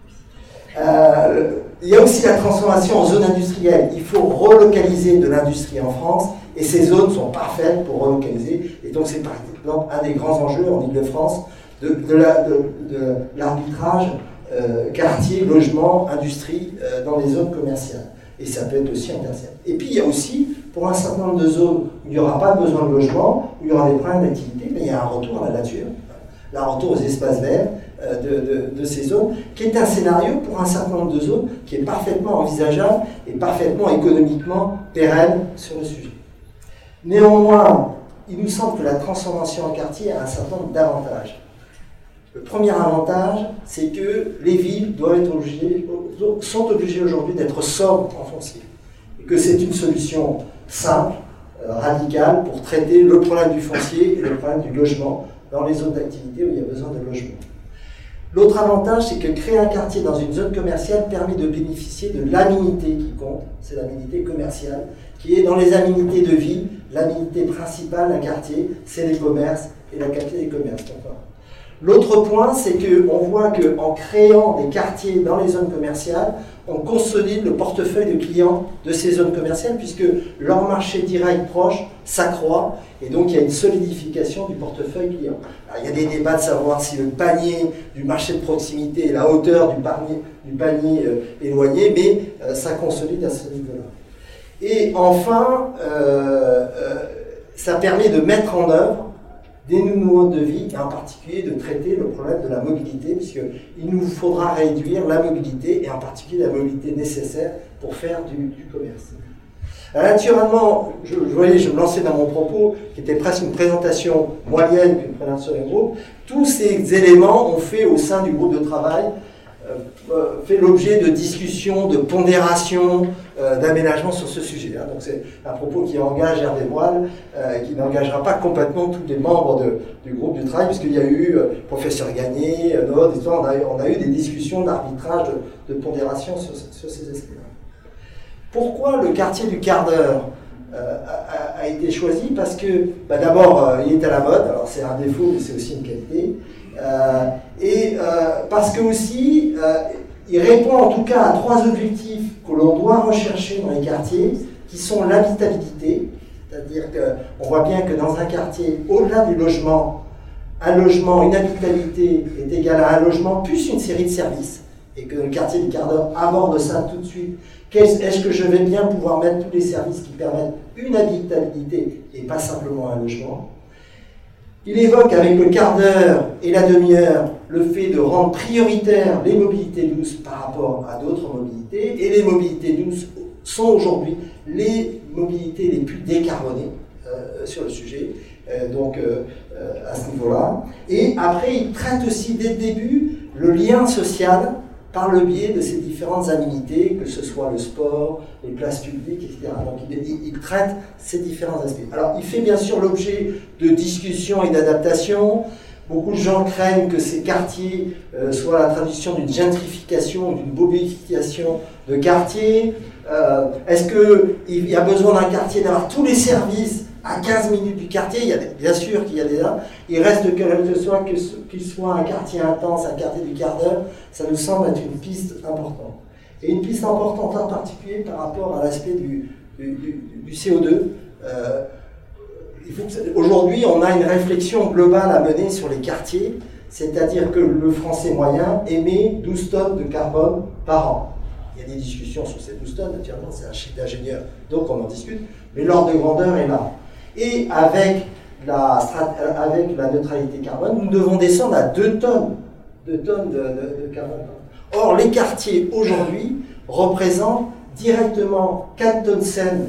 Euh, il y a aussi la transformation en zone industrielle. Il faut relocaliser de l'industrie en France et ces zones sont parfaites pour relocaliser. Et donc c'est par exemple un des grands enjeux en Ile-de-France de, de, la, de, de l'arbitrage euh, quartier, logement, industrie euh, dans les zones commerciales. Et ça peut être aussi interciel. Et puis il y a aussi, pour un certain nombre de zones où il n'y aura pas besoin de logement, où il y aura des problèmes d'activité, mais il y a un retour à la nature, un retour aux espaces verts euh, de, de, de ces zones, qui est un scénario pour un certain nombre de zones qui est parfaitement envisageable et parfaitement économiquement pérenne sur le sujet. Néanmoins, il nous semble que la transformation en quartier a un certain nombre d'avantages. Le premier avantage, c'est que les villes doivent être obligées, sont obligées aujourd'hui d'être sobres en foncier. Et que c'est une solution simple, euh, radicale, pour traiter le problème du foncier et le problème du logement dans les zones d'activité où il y a besoin de logement. L'autre avantage, c'est que créer un quartier dans une zone commerciale permet de bénéficier de l'aménité qui compte, c'est l'aménité commerciale, qui est dans les aménités de ville, l'aménité principale d'un quartier, c'est les commerces et la qualité des commerces. Enfin, l'autre point, c'est qu'on voit qu'en créant des quartiers dans les zones commerciales, on consolide le portefeuille de clients de ces zones commerciales puisque leur marché direct proche s'accroît et donc il y a une solidification du portefeuille client. Alors, il y a des débats de savoir si le panier du marché de proximité est la hauteur du panier, du panier euh, éloigné, mais euh, ça consolide à ce niveau-là. Et enfin, euh, euh, ça permet de mettre en œuvre des nouveaux modes de vie, et en particulier de traiter le problème de la mobilité, puisqu'il nous faudra réduire la mobilité, et en particulier la mobilité nécessaire pour faire du, du commerce. Alors, naturellement, je, je voyais, je me lançais dans mon propos, qui était presque une présentation moyenne qu'une présentation d'un groupe. Tous ces éléments ont fait au sein du groupe de travail, euh, fait l'objet de discussions, de pondérations, euh, d'aménagements sur ce sujet. Hein. Donc c'est un propos qui engage Hervé Moelle, euh, qui n'engagera pas complètement tous les membres de, du groupe de travail, puisqu'il y a eu euh, professeur Gagné, euh, Nod, on a, on a eu des discussions d'arbitrage, de, de pondération sur, sur ces aspects-là. Pourquoi le quartier du quart d'heure euh, a, a été choisi? Parce que bah, d'abord, euh, il est à la mode, alors c'est un défaut, mais c'est aussi une qualité. Euh, et euh, parce que aussi, euh, il répond en tout cas à trois objectifs que l'on doit rechercher dans les quartiers, qui sont l'habitabilité, c'est-à-dire qu'on voit bien que dans un quartier, au-delà du logement, un logement, une habitabilité est égale à un logement plus une série de services, et que le quartier du quart d'heure aborde ça tout de suite. Est-ce que je vais bien pouvoir mettre tous les services qui permettent une habitabilité et pas simplement un logement? Il évoque avec le quart d'heure et la demi-heure le fait de rendre prioritaires les mobilités douces par rapport à d'autres mobilités, et les mobilités douces sont aujourd'hui les mobilités les plus décarbonées euh, sur le sujet, euh, donc euh, euh, à ce niveau-là. Et après, il traite aussi dès le début le lien social par le biais de ces différentes aménités, que ce soit le sport, les places publiques, et cetera. Donc il, il, il traite ces différents aspects. Alors il fait bien sûr l'objet de discussions et d'adaptations. Beaucoup de gens craignent que ces quartiers euh, soient la traduction d'une gentrification, d'une bobification de quartiers. Euh, Est-ce qu'il y a besoin d'un quartier d'avoir tous les services à quinze minutes du quartier? Il y a des, bien sûr qu'il y a des là. Il reste que ce soit qu'il soit un quartier intense, un quartier du quart d'heure, ça nous semble être une piste importante. Et une piste importante en particulier par rapport à l'aspect du, du, du, du C O deux. Euh, Aujourd'hui, on a une réflexion globale à mener sur les quartiers, c'est-à-dire que le Français moyen émet douze tonnes de carbone par an. Il y a des discussions sur ces douze tonnes, naturellement, c'est un chiffre d'ingénieur, donc on en discute, mais l'ordre de grandeur est là. Et avec la, avec la neutralité carbone, nous devons descendre à deux tonnes, deux tonnes de, de, de carbone. Or, les quartiers aujourd'hui représentent directement quatre tonnes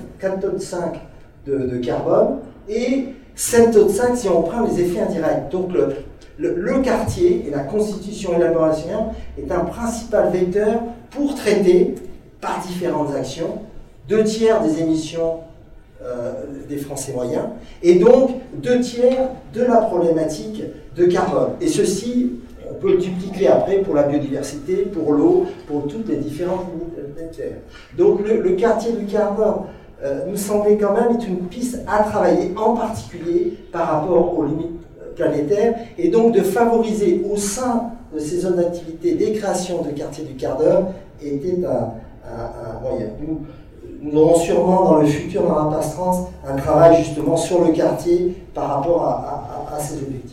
cinq de, de carbone et sept tonnes cinq si on prend les effets indirects. Donc le, le, le quartier et la constitution et l'élaboration est un principal vecteur pour traiter par différentes actions, deux tiers des émissions euh, des Français moyens, et donc deux tiers de la problématique de carbone. Et ceci, on peut le dupliquer après pour la biodiversité, pour l'eau, pour toutes les différentes limites planétaires. Donc le, le quartier du carbone euh, nous semblait quand même être une piste à travailler, en particulier par rapport aux limites planétaires, et donc de favoriser au sein de ces zones d'activité des créations de quartiers du carbone était un, un, un moyen. Nous, nous aurons sûrement dans le futur, dans Impasse Trans, un travail justement sur le quartier par rapport à, à, à ces objectifs.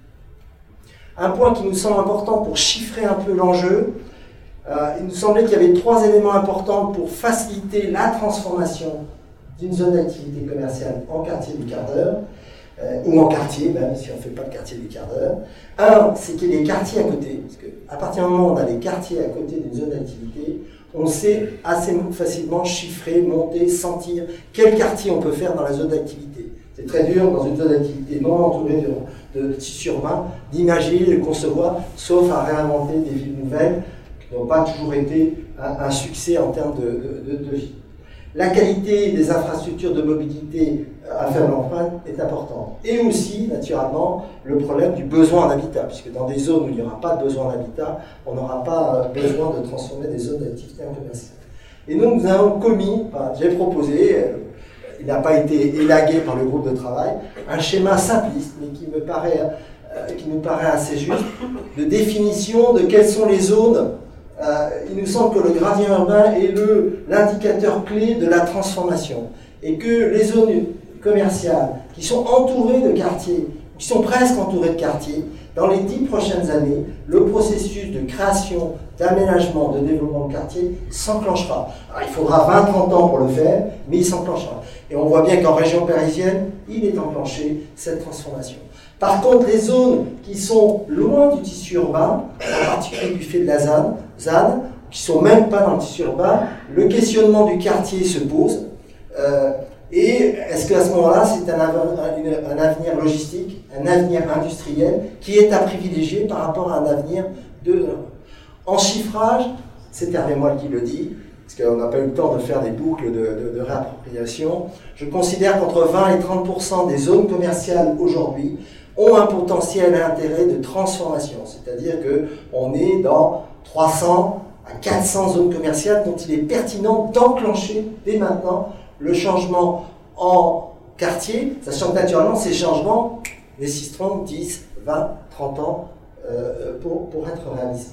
Un point qui nous semble important pour chiffrer un peu l'enjeu, euh, il nous semblait qu'il y avait trois éléments importants pour faciliter la transformation d'une zone d'activité commerciale en quartier du quart d'heure, euh, ou en quartier, même si on ne fait pas le quartier du quart d'heure. Un, c'est qu'il y ait des quartiers à côté, parce qu'à partir du moment où on a des quartiers à côté d'une zone d'activité, on sait assez facilement chiffrer, monter, sentir quel quartier on peut faire dans la zone d'activité. C'est très dur dans une zone d'activité non entourée de, de tissus urbains d'imaginer, de concevoir, sauf à réinventer des villes nouvelles qui n'ont pas toujours été un, un succès en termes de, de, de, de vie. La qualité des infrastructures de mobilité à faible empreinte est importante. Et aussi, naturellement, le problème du besoin en habitat, puisque dans des zones où il n'y aura pas de besoin en habitat, on n'aura pas besoin de transformer des zones d'activité en commerciale. Et nous, nous avons commis, enfin, j'ai proposé, il n'a pas été élagué par le groupe de travail, un schéma simpliste, mais qui me paraît, euh, qui nous paraît assez juste, de définition de quelles sont les zones. Euh, il nous semble que le gradient urbain est l'indicateur clé de la transformation et que les zones commerciales qui sont entourées de quartiers, qui sont presque entourées de quartiers, dans les dix prochaines années, le processus de création, d'aménagement, de développement de quartier s'enclenchera. Alors, il faudra vingt à trente ans pour le faire, mais il s'enclenchera. Et on voit bien qu'en région parisienne, il est enclenché, cette transformation. Par contre, les zones qui sont loin du tissu urbain, en particulier du fait de la Z A N, Z A N qui ne sont même pas dans le tissu urbain, le questionnement du quartier se pose. Euh, et est-ce qu'à ce moment-là, c'est un, un, un avenir logistique, un avenir industriel qui est à privilégier par rapport à un avenir de... En chiffrage, c'est Hervé Moelle qui le dit, parce qu'on n'a pas eu le temps de faire des boucles de, de, de réappropriation. Je considère qu'entre vingt et trente pour cent des zones commerciales aujourd'hui ont un potentiel et intérêt de transformation. C'est-à-dire qu'on est dans trois cents à quatre cents zones commerciales dont il est pertinent d'enclencher dès maintenant le changement en quartier, sachant que naturellement ces changements nécessiteront dix, vingt, trente ans euh, pour, pour être réalisés.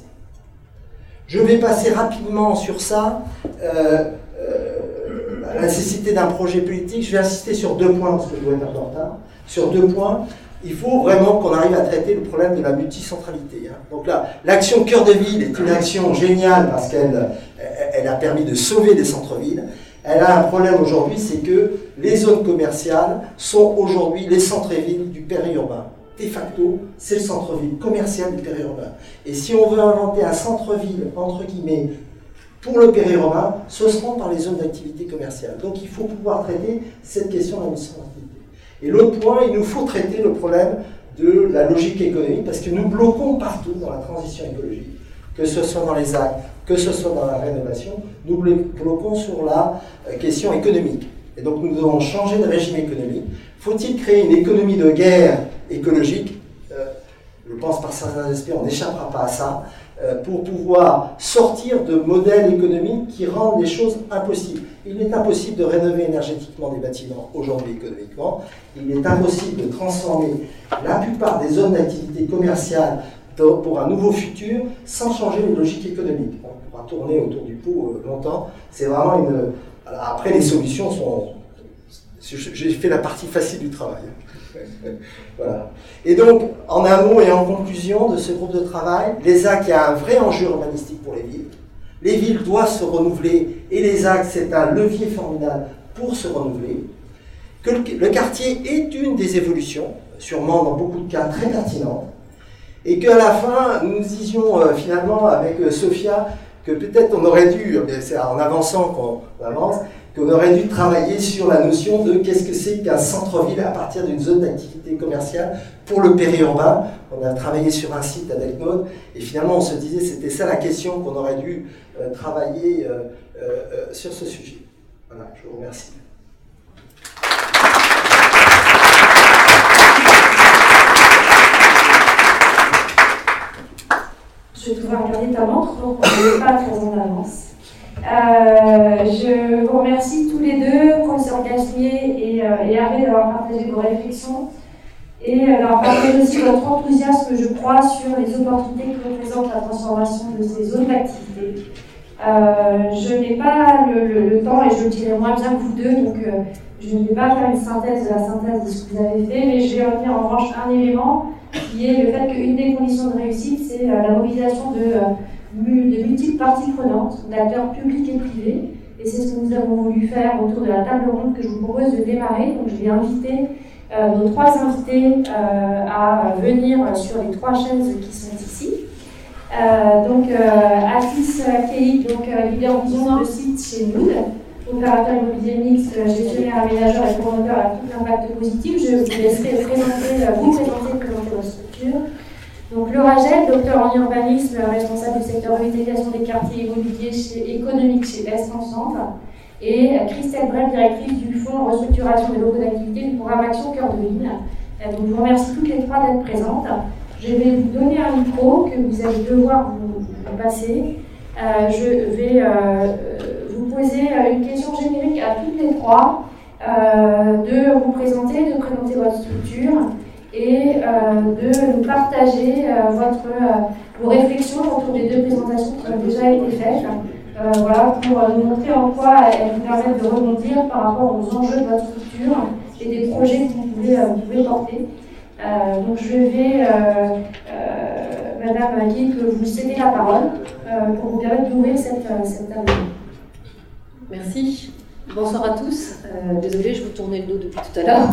Je vais passer rapidement sur ça, euh, euh, la nécessité d'un projet politique. Je vais insister sur deux points, parce que je dois être un peu en retard. Sur deux points, il faut vraiment qu'on arrive à traiter le problème de la multicentralité. Hein. Donc là, l'action Cœur de Ville est une action géniale parce qu'elle elle a permis de sauver des centres-villes. Elle a un problème aujourd'hui, c'est que les zones commerciales sont aujourd'hui les centres-villes du périurbain. De facto, c'est le centre-ville commercial du périurbain. Et si on veut inventer un centre-ville, entre guillemets, pour le périurbain, ce seront par les zones d'activité commerciale. Donc il faut pouvoir traiter cette question de la multicentralité. Et l'autre point, il nous faut traiter le problème de la logique économique, parce que nous bloquons partout dans la transition écologique, que ce soit dans les actes, que ce soit dans la rénovation, nous bloquons sur la question économique. Et donc nous devons changer de régime économique. Faut-il créer une économie de guerre écologique? euh, Je pense par certains aspects, on n'échappera pas à ça, euh, pour pouvoir sortir de modèles économiques qui rendent les choses impossibles. Il est impossible de rénover énergétiquement des bâtiments aujourd'hui économiquement. Il est impossible de transformer la plupart des zones d'activité commerciale pour un nouveau futur sans changer les logiques économiques. On pourra tourner autour du pot euh, longtemps. C'est vraiment une... Alors après, les solutions sont... J'ai fait la partie facile du travail. Voilà. Et donc, en amont et en conclusion de ce groupe de travail, l'E S A C a un vrai enjeu urbanistique pour les villes. Les villes doivent se renouveler et les axes, c'est un levier formidable pour se renouveler. Que le, le quartier est une des évolutions, sûrement dans beaucoup de cas très pertinentes, et qu'à la fin, nous disions euh, finalement avec euh, Sophia que peut-être on aurait dû, c'est en avançant qu'on avance, qu'on aurait dû travailler sur la notion de qu'est-ce que c'est qu'un centre-ville à partir d'une zone d'activité commerciale pour le périurbain. On a travaillé sur un site avec Maud, et finalement on se disait c'était ça la question qu'on aurait dû euh, travailler euh, euh, sur ce sujet. Voilà, je vous remercie. Je vais devoir regarder ta montre, donc on n'est pas très en avance. Euh, je vous remercie tous les deux, professeur Gasnier et, euh, et Hervé, d'avoir partagé vos réflexions et euh, d'avoir partagé aussi votre enthousiasme, je crois, sur les opportunités que représente la transformation de ces zones d'activité. Euh, je n'ai pas le, le, le temps, et je le dirai moins bien que vous deux, donc euh, je ne vais pas faire une synthèse de la synthèse de ce que vous avez fait, mais je vais retenir en revanche un élément qui est le fait qu'une des conditions de réussite, c'est euh, la mobilisation de, euh, de multiples parties prenantes, d'acteurs publics et privés. Et c'est ce que nous avons voulu faire autour de la table ronde que je vous propose de démarrer. Donc je vais inviter euh, nos trois invités euh, à venir sur les trois chaises qui sont ici. Euh, donc euh, Atis Keïk, donc euh, leader vision de site chez Mood, opérateur immobilier mixte, gestionnaire, aménageur et promoteur à tout l'impact positif. Je vous laisserai présenter, vous présenter, présenter votre structure. Donc Laura Gel, docteur en urbanisme, responsable du secteur revitalisation des quartiers immobiliers chez, économiques chez Est Ensemble. Et Christelle Brel, directrice du fonds restructuration des locaux d'activité du programme Action Cœur de Ville. Donc je vous remercie toutes les trois d'être présentes. Je vais vous donner un micro que vous allez devoir vous, vous passer. Euh, je vais euh, vous poser une question générique à toutes les trois, euh, de vous présenter, de présenter votre structure et euh, de nous partager euh, votre, euh, vos réflexions autour des deux présentations qui ont déjà été faites, euh, voilà, pour nous montrer en quoi elles vous permettent de rebondir par rapport aux enjeux de votre structure et des projets que vous pouvez, euh, vous pouvez porter. Euh, donc je vais, euh, euh, Madame Guy, que vous cédez la parole euh, pour vous permettre d'ouvrir cette, cette table. Merci. Bonsoir à tous. Euh, désolée, je vous tournais le dos depuis tout à l'heure.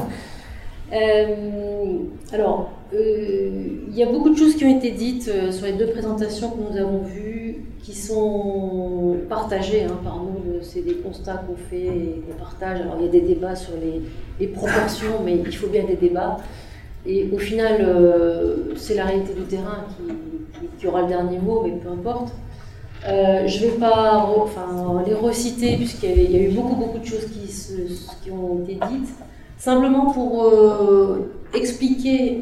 Euh, alors, euh, il y a beaucoup de choses qui ont été dites euh, sur les deux présentations que nous avons vues, qui sont partagées hein, par nous. C'est des constats qu'on fait et des partages. Alors, il y a des débats sur les, les proportions, mais il faut bien des débats. Et au final, euh, c'est la réalité du terrain qui, qui, qui aura le dernier mot, mais peu importe. Euh, je ne vais pas re, enfin, les reciter, puisqu'il y, y a eu beaucoup, beaucoup de choses qui, se, qui ont été dites. Simplement pour euh, expliquer,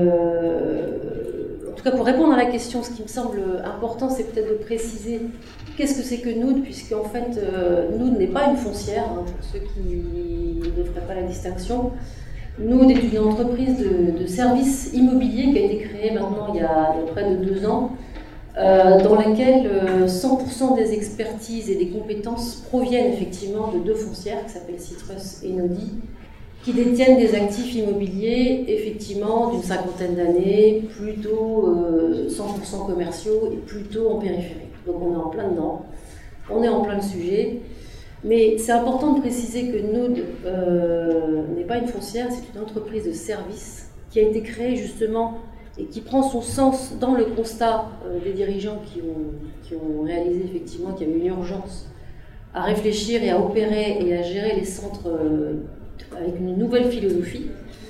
euh, en tout cas pour répondre à la question, ce qui me semble important, c'est peut-être de préciser qu'est-ce que c'est que Nood, puisqu'en fait, euh, Nood n'est pas une foncière, hein, pour ceux qui ne feraient pas la distinction. Nood est une entreprise de, de services immobiliers qui a été créée maintenant il y a, il y a près de deux ans, euh, dans laquelle euh, cent pour cent des expertises et des compétences proviennent effectivement de deux foncières qui s'appellent Citrus et Nodi, qui détiennent des actifs immobiliers effectivement d'une cinquantaine d'années, plutôt euh, cent pour cent commerciaux et plutôt en périphérie. Donc on est en plein dedans, on est en plein le sujet. Mais c'est important de préciser que Nood euh, n'est pas une foncière, c'est une entreprise de service qui a été créée justement et qui prend son sens dans le constat euh, des dirigeants qui ont, qui ont réalisé effectivement qu'il y avait une urgence à réfléchir et à opérer et à gérer les centres euh, avec une nouvelle philosophie.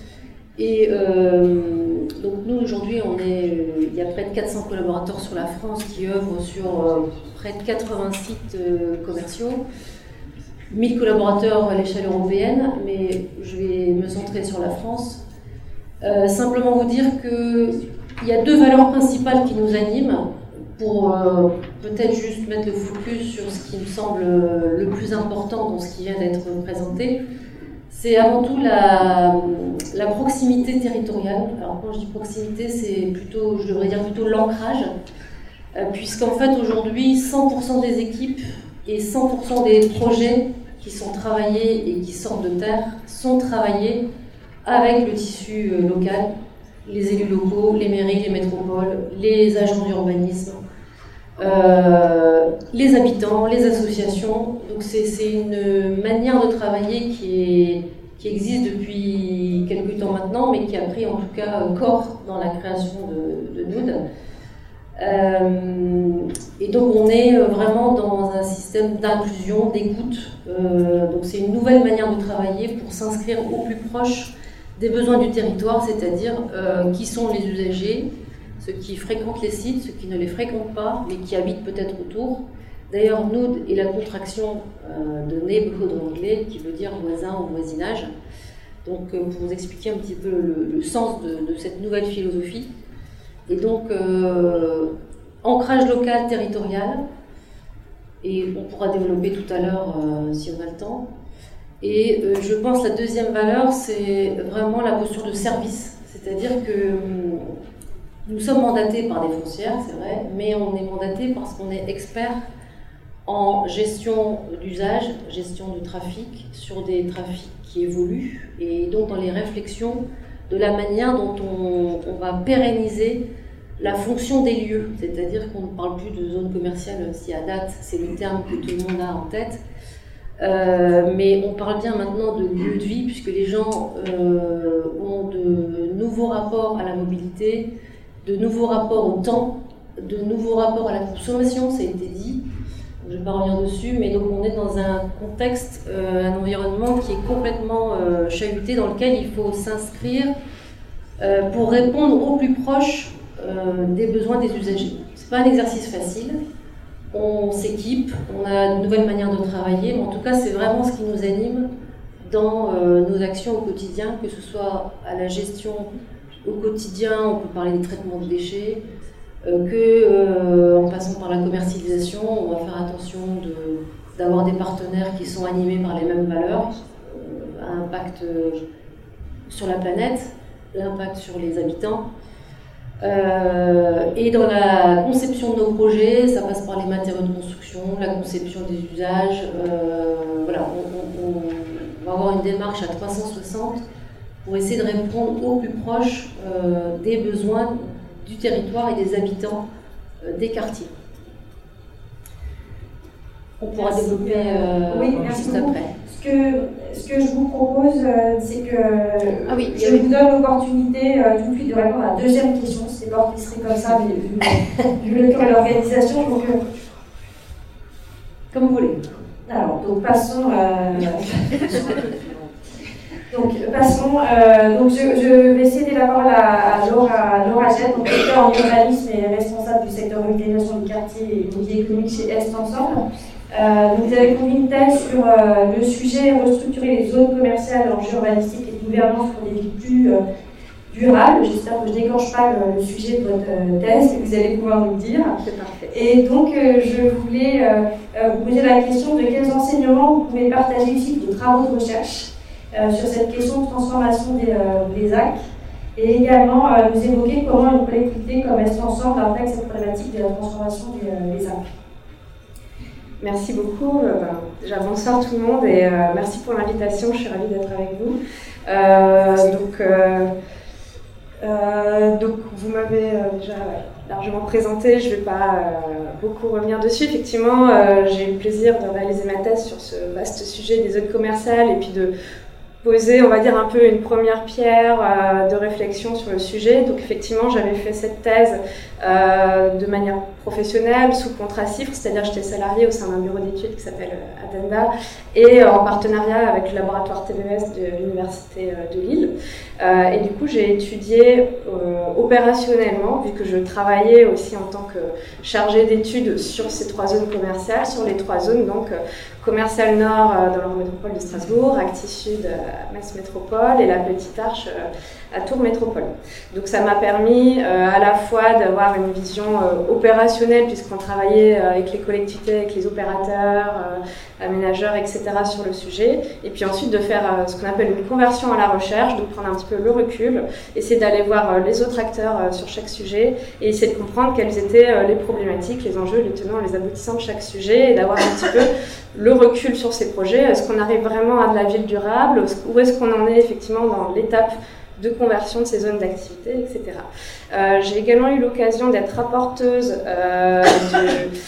Et euh, donc nous aujourd'hui, on est, euh, il y a près de quatre cents collaborateurs sur la France qui œuvrent sur euh, près de quatre-vingts sites euh, commerciaux. mille collaborateurs à l'échelle européenne, mais je vais me centrer sur la France. Euh, simplement vous dire qu'il y a deux valeurs principales qui nous animent, pour euh, peut-être juste mettre le focus sur ce qui me semble le plus important dans ce qui vient d'être présenté. C'est avant tout la, la proximité territoriale. Alors quand je dis proximité, c'est plutôt, je devrais dire plutôt l'ancrage, euh, puisqu'en fait aujourd'hui, cent pour cent des équipes et cent pour cent des projets qui sont travaillés et qui sortent de terre sont travaillés avec le tissu local, les élus locaux, les mairies, les métropoles, les agents d'urbanisme, euh, les habitants, les associations. Donc c'est, c'est une manière de travailler qui, est, qui existe depuis quelques temps maintenant, mais qui a pris en tout cas corps dans la création de, de Nood. Euh, et donc on est vraiment dans un système d'inclusion, d'écoute. Euh, donc c'est une nouvelle manière de travailler pour s'inscrire au plus proche des besoins du territoire, c'est-à-dire euh, qui sont les usagers, ceux qui fréquentent les sites, ceux qui ne les fréquentent pas, mais qui habitent peut-être autour. D'ailleurs, node est la contraction euh, de neighborhood en anglais, qui veut dire voisin ou voisinage. Donc euh, pour vous expliquer un petit peu le, le sens de, de cette nouvelle philosophie. Et donc, euh, ancrage local, territorial, et on pourra développer tout à l'heure euh, si on a le temps. Et euh, je pense que la deuxième valeur, c'est vraiment la posture de service. C'est-à-dire que hum, nous sommes mandatés par des foncières, c'est vrai, mais on est mandatés parce qu'on est expert en gestion d'usage, gestion du trafic, sur des trafics qui évoluent, et donc dans les réflexions de la manière dont on, on va pérenniser la fonction des lieux, c'est-à-dire qu'on ne parle plus de zone commerciale si à date c'est le terme que tout le monde a en tête, euh, mais on parle bien maintenant de lieu de vie puisque les gens euh, ont de nouveaux rapports à la mobilité, de nouveaux rapports au temps, de nouveaux rapports à la consommation, ça a été dit, je ne vais pas revenir dessus, mais donc on est dans un contexte, euh, un environnement qui est complètement euh, chahuté, dans lequel il faut s'inscrire euh, pour répondre au plus proche euh, des besoins des usagers. Ce n'est pas un exercice facile, on s'équipe, on a de nouvelles manières de travailler, mais en tout cas c'est vraiment ce qui nous anime dans euh, nos actions au quotidien, que ce soit à la gestion au quotidien, on peut parler des traitements de déchets, Euh, que euh, en passant par la commercialisation, on va faire attention de, d'avoir des partenaires qui sont animés par les mêmes valeurs, euh, impact sur la planète, l'impact sur les habitants. Euh, et dans la conception de nos projets, ça passe par les matériaux de construction, la conception des usages. Euh, voilà, on, on, on va avoir une démarche à trois cent soixante pour essayer de répondre au plus proche euh, des besoins du territoire et des habitants euh, des quartiers. On pourra merci. développer euh, oui, juste beaucoup. après. Ce que, ce que je vous propose, euh, c'est que ah oui, je vous donne l'opportunité euh, tout de suite de répondre à la deuxième question. C'est pas qui serait comme ça, mais vu, vu le temps et l'organisation. Donc, euh, comme vous voulez. Alors, donc passons. Euh, Donc, passons. Euh, donc, je, je vais céder la parole à, à Laura, Laura Jette, donc docteur en urbanisme et responsable du secteur revitalisation du quartier et immobilier économique chez Est Ensemble. Euh, donc, vous avez conduit une thèse sur euh, le sujet restructurer les zones commerciales, enjeux urbanistiques et de gouvernance pour des villes plus euh, durables. J'espère que je ne déclenche pas le, le sujet de votre euh, thèse, que vous allez pouvoir nous le dire. C'est parfait. Et donc, euh, je voulais euh, euh, vous poser la question de quels enseignements vous pouvez partager ici de travaux de recherche Euh, sur cette question de transformation des, euh, des A C, et également euh, nous évoquer comment une collectivité comme Est Ensemble intègre cette problématique de la transformation des, euh, des A C. Merci beaucoup. Euh, déjà, bonsoir tout le monde et euh, merci pour l'invitation, je suis ravie d'être avec vous. Euh, donc, euh, euh, donc, vous m'avez euh, déjà largement présenté, je ne vais pas euh, beaucoup revenir dessus. Effectivement, euh, j'ai eu le plaisir de réaliser ma thèse sur ce vaste sujet des zones commerciales et puis de poser, on va dire, un peu une première pierre euh, de réflexion sur le sujet. Donc effectivement, j'avais fait cette thèse euh, de manière professionnelle, sous contrat CIFRE, c'est-à-dire j'étais salariée au sein d'un bureau d'études qui s'appelle euh, Addenda, et euh, en partenariat avec le laboratoire T B E S de l'Université euh, de Lille. Euh, et du coup, j'ai étudié euh, opérationnellement, vu que je travaillais aussi en tant que chargée d'études sur ces trois zones commerciales, sur les trois zones, donc euh, Commercial Nord euh, dans la métropole de Strasbourg, Actis Sud euh, à Metz Métropole et la Petite Arche euh, à Tours Métropole. Donc ça m'a permis euh, à la fois d'avoir une vision euh, opérationnelle, puisqu'on travaillait euh, avec les collectivités, avec les opérateurs, euh, aménageurs, et cetera sur le sujet, et puis ensuite de faire euh, ce qu'on appelle une conversion à la recherche, donc prendre un petit peu le recul, essayer d'aller voir euh, les autres acteurs euh, sur chaque sujet, et essayer de comprendre quelles étaient euh, les problématiques, les enjeux, les tenants, les aboutissants de chaque sujet, et d'avoir un petit peu le recul sur ces projets. Est-ce qu'on arrive vraiment à de la ville durable? Où est-ce qu'on en est effectivement dans l'étape de conversion de ces zones d'activité, et cetera. Euh, j'ai également eu l'occasion d'être rapporteuse euh, de,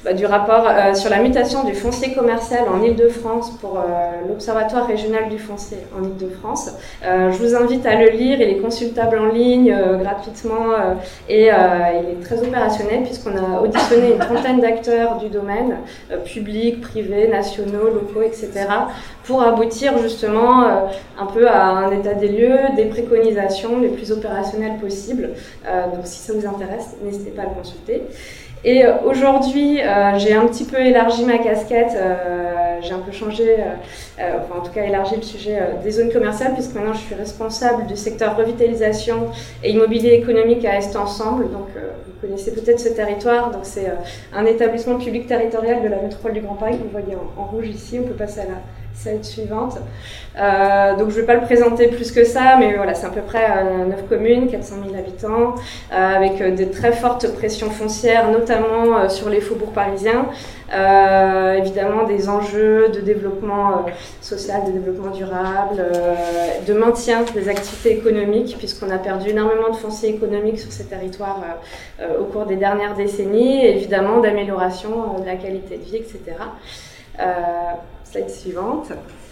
bah, du rapport euh, sur la mutation du foncier commercial en Île-de-France pour euh, l'Observatoire régional du foncier en Île-de-France. Euh, je vous invite à le lire, il est consultable en ligne euh, gratuitement euh, et euh, il est très opérationnel puisqu'on a auditionné une trentaine d'acteurs du domaine, euh, publics, privés, nationaux, locaux, et cetera, pour aboutir justement euh, un peu à un état des lieux, des préconisations les plus opérationnelles possibles. Euh, donc si ça vous intéresse, n'hésitez pas à le consulter. Et aujourd'hui, euh, j'ai un petit peu élargi ma casquette, euh, j'ai un peu changé, euh, euh, enfin en tout cas élargi le sujet euh, des zones commerciales, puisque maintenant je suis responsable du secteur revitalisation et immobilier économique à Est Ensemble. Donc euh, vous connaissez peut-être ce territoire, donc c'est euh, un établissement public territorial de la métropole du Grand Paris, que vous voyez en, en rouge ici, on peut passer à la slide suivante. Euh, donc je ne vais pas le présenter plus que ça, mais voilà, c'est à peu près euh, neuf communes, quatre cent mille habitants, euh, avec euh, des très fortes pressions foncières, notamment euh, sur les faubourgs parisiens. Euh, évidemment des enjeux de développement euh, social, de développement durable, euh, de maintien des activités économiques, puisqu'on a perdu énormément de foncier économique sur ces territoires euh, euh, au cours des dernières décennies, et évidemment d'amélioration euh, de la qualité de vie, et cetera. Euh, slide suivante.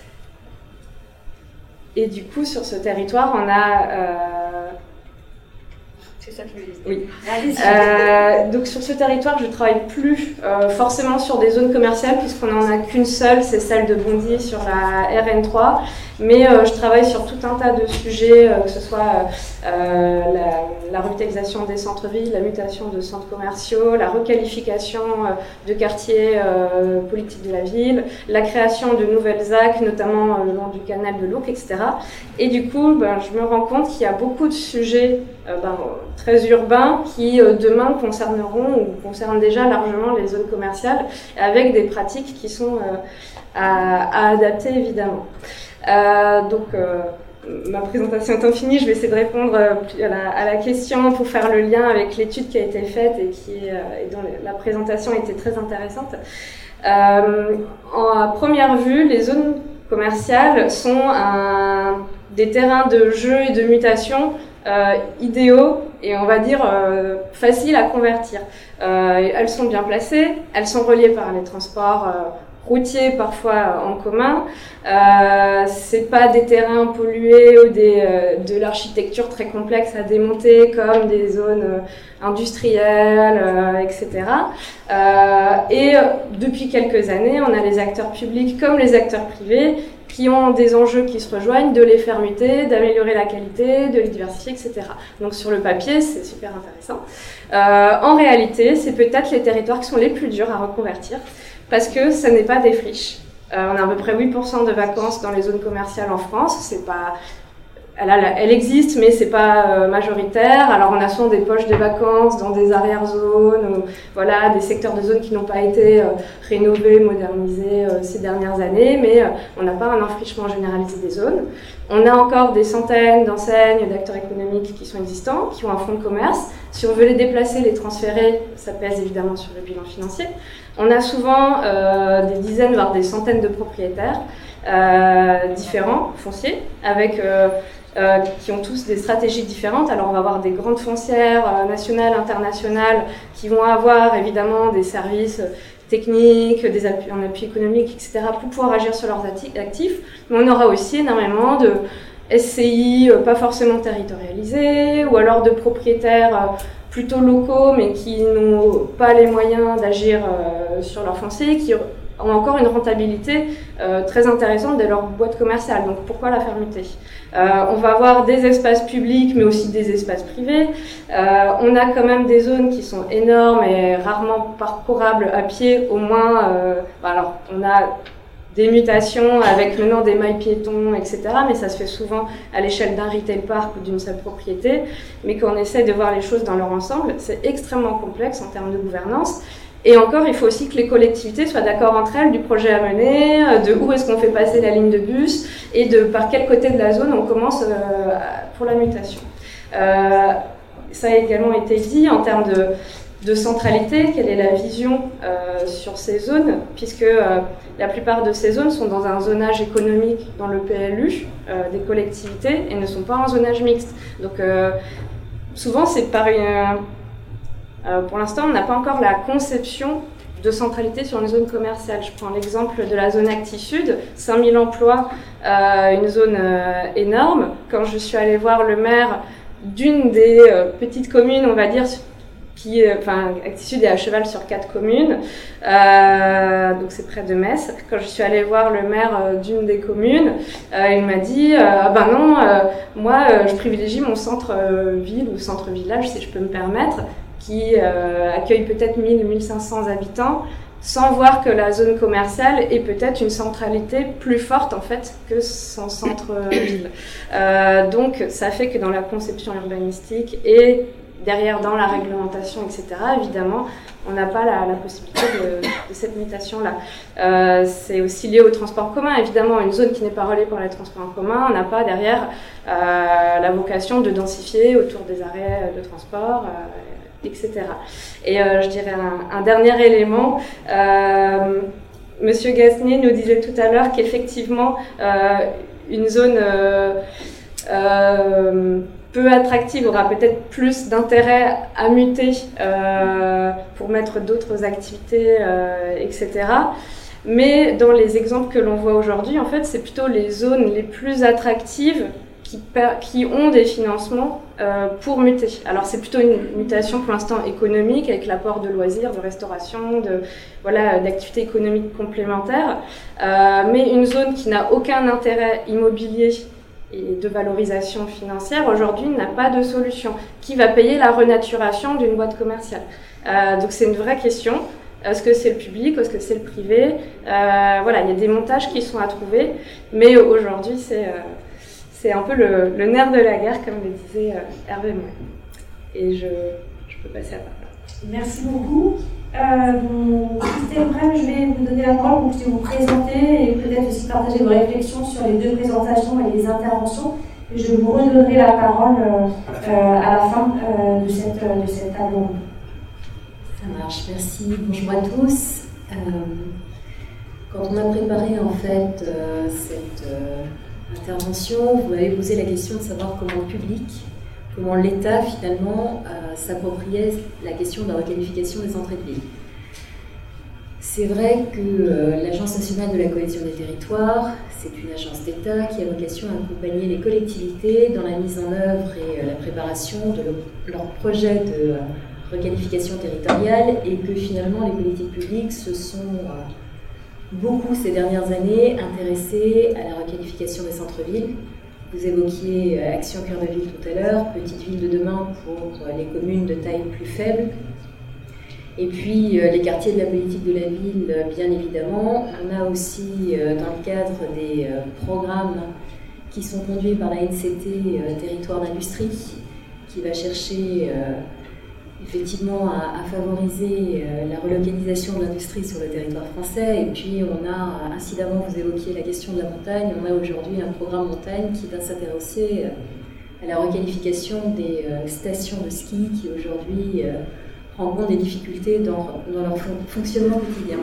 Et du coup, sur ce territoire, on a... Euh... C'est ça que je voulais dire. Oui. Euh, donc sur ce territoire, je ne travaille plus euh, forcément sur des zones commerciales, puisqu'on n'en a qu'une seule, c'est celle de Bondy sur la R N trois. Mais euh, je travaille sur tout un tas de sujets, euh, que ce soit euh, la, la revitalisation des centres-villes, la mutation de centres commerciaux, la requalification euh, de quartiers euh, politiques de la ville, la création de nouvelles Z A C, notamment euh, le long du canal de l'Ourcq, et cetera. Et du coup, ben, je me rends compte qu'il y a beaucoup de sujets euh, ben, très urbains qui euh, demain concerneront ou concernent déjà largement les zones commerciales, avec des pratiques qui sont euh, à, à adapter évidemment. Euh, donc, euh, ma présentation étant finie, je vais essayer de répondre euh, à, la, à la question pour faire le lien avec l'étude qui a été faite et, qui, euh, et dont la présentation était très intéressante. Euh, en, à première vue, les zones commerciales sont un, des terrains de jeu et de mutation euh, idéaux et on va dire euh, faciles à convertir. Euh, elles sont bien placées, elles sont reliées par les transports euh, routiers, parfois en commun. Euh, c'est pas des terrains pollués ou des, euh, de l'architecture très complexe à démonter comme des zones euh, industrielles, euh, et cetera. Euh, et depuis quelques années, on a les acteurs publics comme les acteurs privés qui ont des enjeux qui se rejoignent, de les faire muter, d'améliorer la qualité, de les diversifier, et cetera. Donc sur le papier, c'est super intéressant. Euh, en réalité, c'est peut-être les territoires qui sont les plus durs à reconvertir, parce que ce n'est pas des friches. Euh, on a à peu près huit pour cent de vacances dans les zones commerciales en France. C'est pas, elle, a, elle existe, mais c'est pas euh, majoritaire. Alors on a souvent des poches de vacances dans des arrières-zones, ou voilà, des secteurs de zones qui n'ont pas été euh, rénovés, modernisés euh, ces dernières années, mais euh, on n'a pas un enfrichement généralisé des zones. On a encore des centaines d'enseignes, d'acteurs économiques qui sont existants, qui ont un fonds de commerce. Si on veut les déplacer, les transférer, ça pèse évidemment sur le bilan financier. On a souvent euh, des dizaines, voire des centaines de propriétaires euh, différents, fonciers, avec, euh, euh, qui ont tous des stratégies différentes. Alors on va avoir des grandes foncières euh, nationales, internationales, qui vont avoir évidemment des services techniques, des appuis, en appui économique, et cetera, pour pouvoir agir sur leurs actifs. Mais on aura aussi énormément de S C I, euh, pas forcément territorialisés, ou alors de propriétaires euh, plutôt locaux, mais qui n'ont pas les moyens d'agir euh, sur leur foncier, qui ont encore une rentabilité euh, très intéressante de leur boîte commerciale. Donc pourquoi la faire muter ? euh, On va avoir des espaces publics, mais aussi des espaces privés. Euh, on a quand même des zones qui sont énormes et rarement parcourables à pied, au moins. Euh, alors, on a des mutations avec maintenant des mailles piétons, et cetera. Mais ça se fait souvent à l'échelle d'un retail park ou d'une seule propriété. Mais quand on essaie de voir les choses dans leur ensemble, c'est extrêmement complexe en termes de gouvernance. Et encore, il faut aussi que les collectivités soient d'accord entre elles du projet à mener, de où est-ce qu'on fait passer la ligne de bus et de par quel côté de la zone on commence euh, pour la mutation. Euh, ça a également été dit en termes de, de centralité, quelle est la vision euh, sur ces zones, puisque euh, la plupart de ces zones sont dans un zonage économique dans le P L U euh, des collectivités et ne sont pas en zonage mixte. Donc euh, souvent c'est par une... Euh, pour l'instant, on n'a pas encore la conception de centralité sur une zone commerciale. Je prends l'exemple de la zone Acti Sud, cinq mille emplois, euh, une zone euh, énorme. Quand je suis allée voir le maire d'une des euh, petites communes, on va dire, qui, euh, enfin, Acti Sud est à cheval sur quatre communes, euh, donc c'est près de Metz. Quand je suis allée voir le maire euh, d'une des communes, euh, il m'a dit, euh, ben non, euh, moi, euh, je privilégie mon centre-ville ou centre-village, si je peux me permettre, qui euh, accueille peut-être mille à mille cinq cents habitants, sans voir que la zone commerciale est peut-être une centralité plus forte en fait que son centre-ville. Euh, donc ça fait que dans la conception urbanistique et derrière dans la réglementation, et cetera, évidemment, on n'a pas la, la possibilité de, de cette mutation-là. Euh, c'est aussi lié au transport commun. Évidemment, une zone qui n'est pas reliée par les transports en commun, on n'a pas derrière euh, la vocation de densifier autour des arrêts de transport, euh, et cetera. Et euh, je dirais un, un dernier élément. Euh, Monsieur Gasnier nous disait tout à l'heure qu'effectivement, euh, une zone euh, euh, peu attractive aura peut-être plus d'intérêt à muter euh, pour mettre d'autres activités, euh, et cetera. Mais dans les exemples que l'on voit aujourd'hui, en fait, c'est plutôt les zones les plus attractives qui, qui ont des financements euh, pour muter. Alors c'est plutôt une mutation pour l'instant économique avec l'apport de loisirs, de restauration, de voilà d'activités économiques complémentaires. Euh, mais une zone qui n'a aucun intérêt immobilier et de valorisation financière aujourd'hui n'a pas de solution. Qui va payer la renaturation d'une boîte commerciale? euh, Donc c'est une vraie question. Est-ce que c'est le public? Est-ce que c'est le privé? euh, Voilà, il y a des montages qui sont à trouver, mais aujourd'hui c'est euh, c'est un peu le, le nerf de la guerre, comme le disait euh, Hervé Mouet. Et je, je peux passer à la parole. Merci beaucoup. Euh, Christelle Brem, je vais vous donner la parole pour que vous puissiez vous présenter et peut-être aussi partager vos réflexions sur les deux présentations et les interventions. Et je vous redonnerai la parole euh, euh, à la fin euh, de, cette, de cette table ronde. Ça marche, merci. Bonjour à tous. Euh, quand on a préparé en fait euh, cette euh, intervention, vous m'avez posé la question de savoir comment le public, comment l'État finalement euh, s'appropriait la question de la requalification des entrées de ville. C'est vrai que euh, l'Agence nationale de la cohésion des territoires, c'est une agence d'État qui a vocation à accompagner les collectivités dans la mise en œuvre et euh, la préparation de le, leur projet de euh, requalification territoriale, et que finalement les politiques publiques se sont euh, beaucoup ces dernières années intéressées à la requalification des centres-villes. Vous évoquiez euh, Action Cœur de Ville tout à l'heure, Petite Ville de demain pour euh, les communes de taille plus faible. Et puis euh, les quartiers de la politique de la ville, euh, bien évidemment. On a aussi, euh, dans le cadre des euh, programmes qui sont conduits par la N C T, euh, Territoire d'industrie, qui va chercher euh, effectivement à, à favoriser euh, la relocalisation de l'industrie sur le territoire français. Et puis on a, incidemment, vous évoquiez la question de la montagne, on a aujourd'hui un programme montagne qui va s'intéresser euh, à la requalification des euh, stations de ski qui aujourd'hui euh, rencontrent des difficultés dans, dans leur fon fonctionnement quotidien.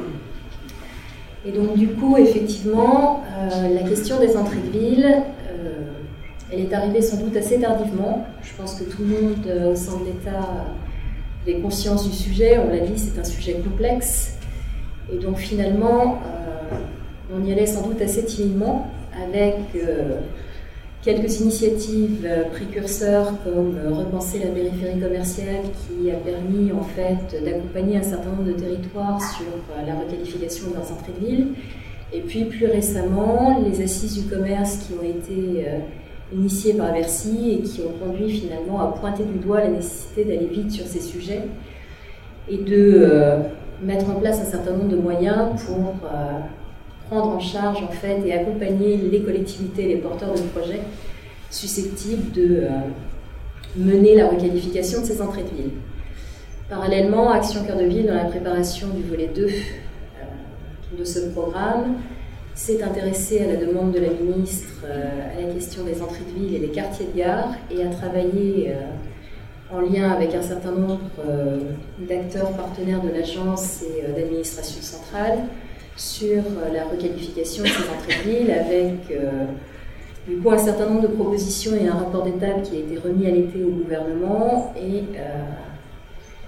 Et donc du coup, effectivement, euh, la question des entrées de ville, euh, elle est arrivée sans doute assez tardivement. Je pense que tout le monde euh, au sein de l'État avait conscience du sujet. On l'a dit, c'est un sujet complexe. Et donc finalement, euh, on y allait sans doute assez timidement, avec euh, quelques initiatives euh, précurseurs comme euh, Repenser la périphérie commerciale, qui a permis en fait d'accompagner un certain nombre de territoires sur euh, la requalification de leurs entrées de ville. Et puis plus récemment, les assises du commerce qui ont été euh, initiées par Bercy et qui ont conduit finalement à pointer du doigt la nécessité d'aller vite sur ces sujets et de euh, mettre en place un certain nombre de moyens pour euh, prendre en charge en fait et accompagner les collectivités, les porteurs de projets susceptibles de euh, mener la requalification de ces entrées de ville. Parallèlement, Action Cœur de Ville, dans la préparation du volet deux euh, de ce programme, s'est intéressé à la demande de la ministre euh, à la question des entrées de ville et des quartiers de gare, et a travaillé euh, en lien avec un certain nombre euh, d'acteurs partenaires de l'agence et euh, d'administration centrale sur euh, la requalification de ces entrées de ville, avec euh, du coup un certain nombre de propositions et un rapport d'étape qui a été remis à l'été au gouvernement et euh,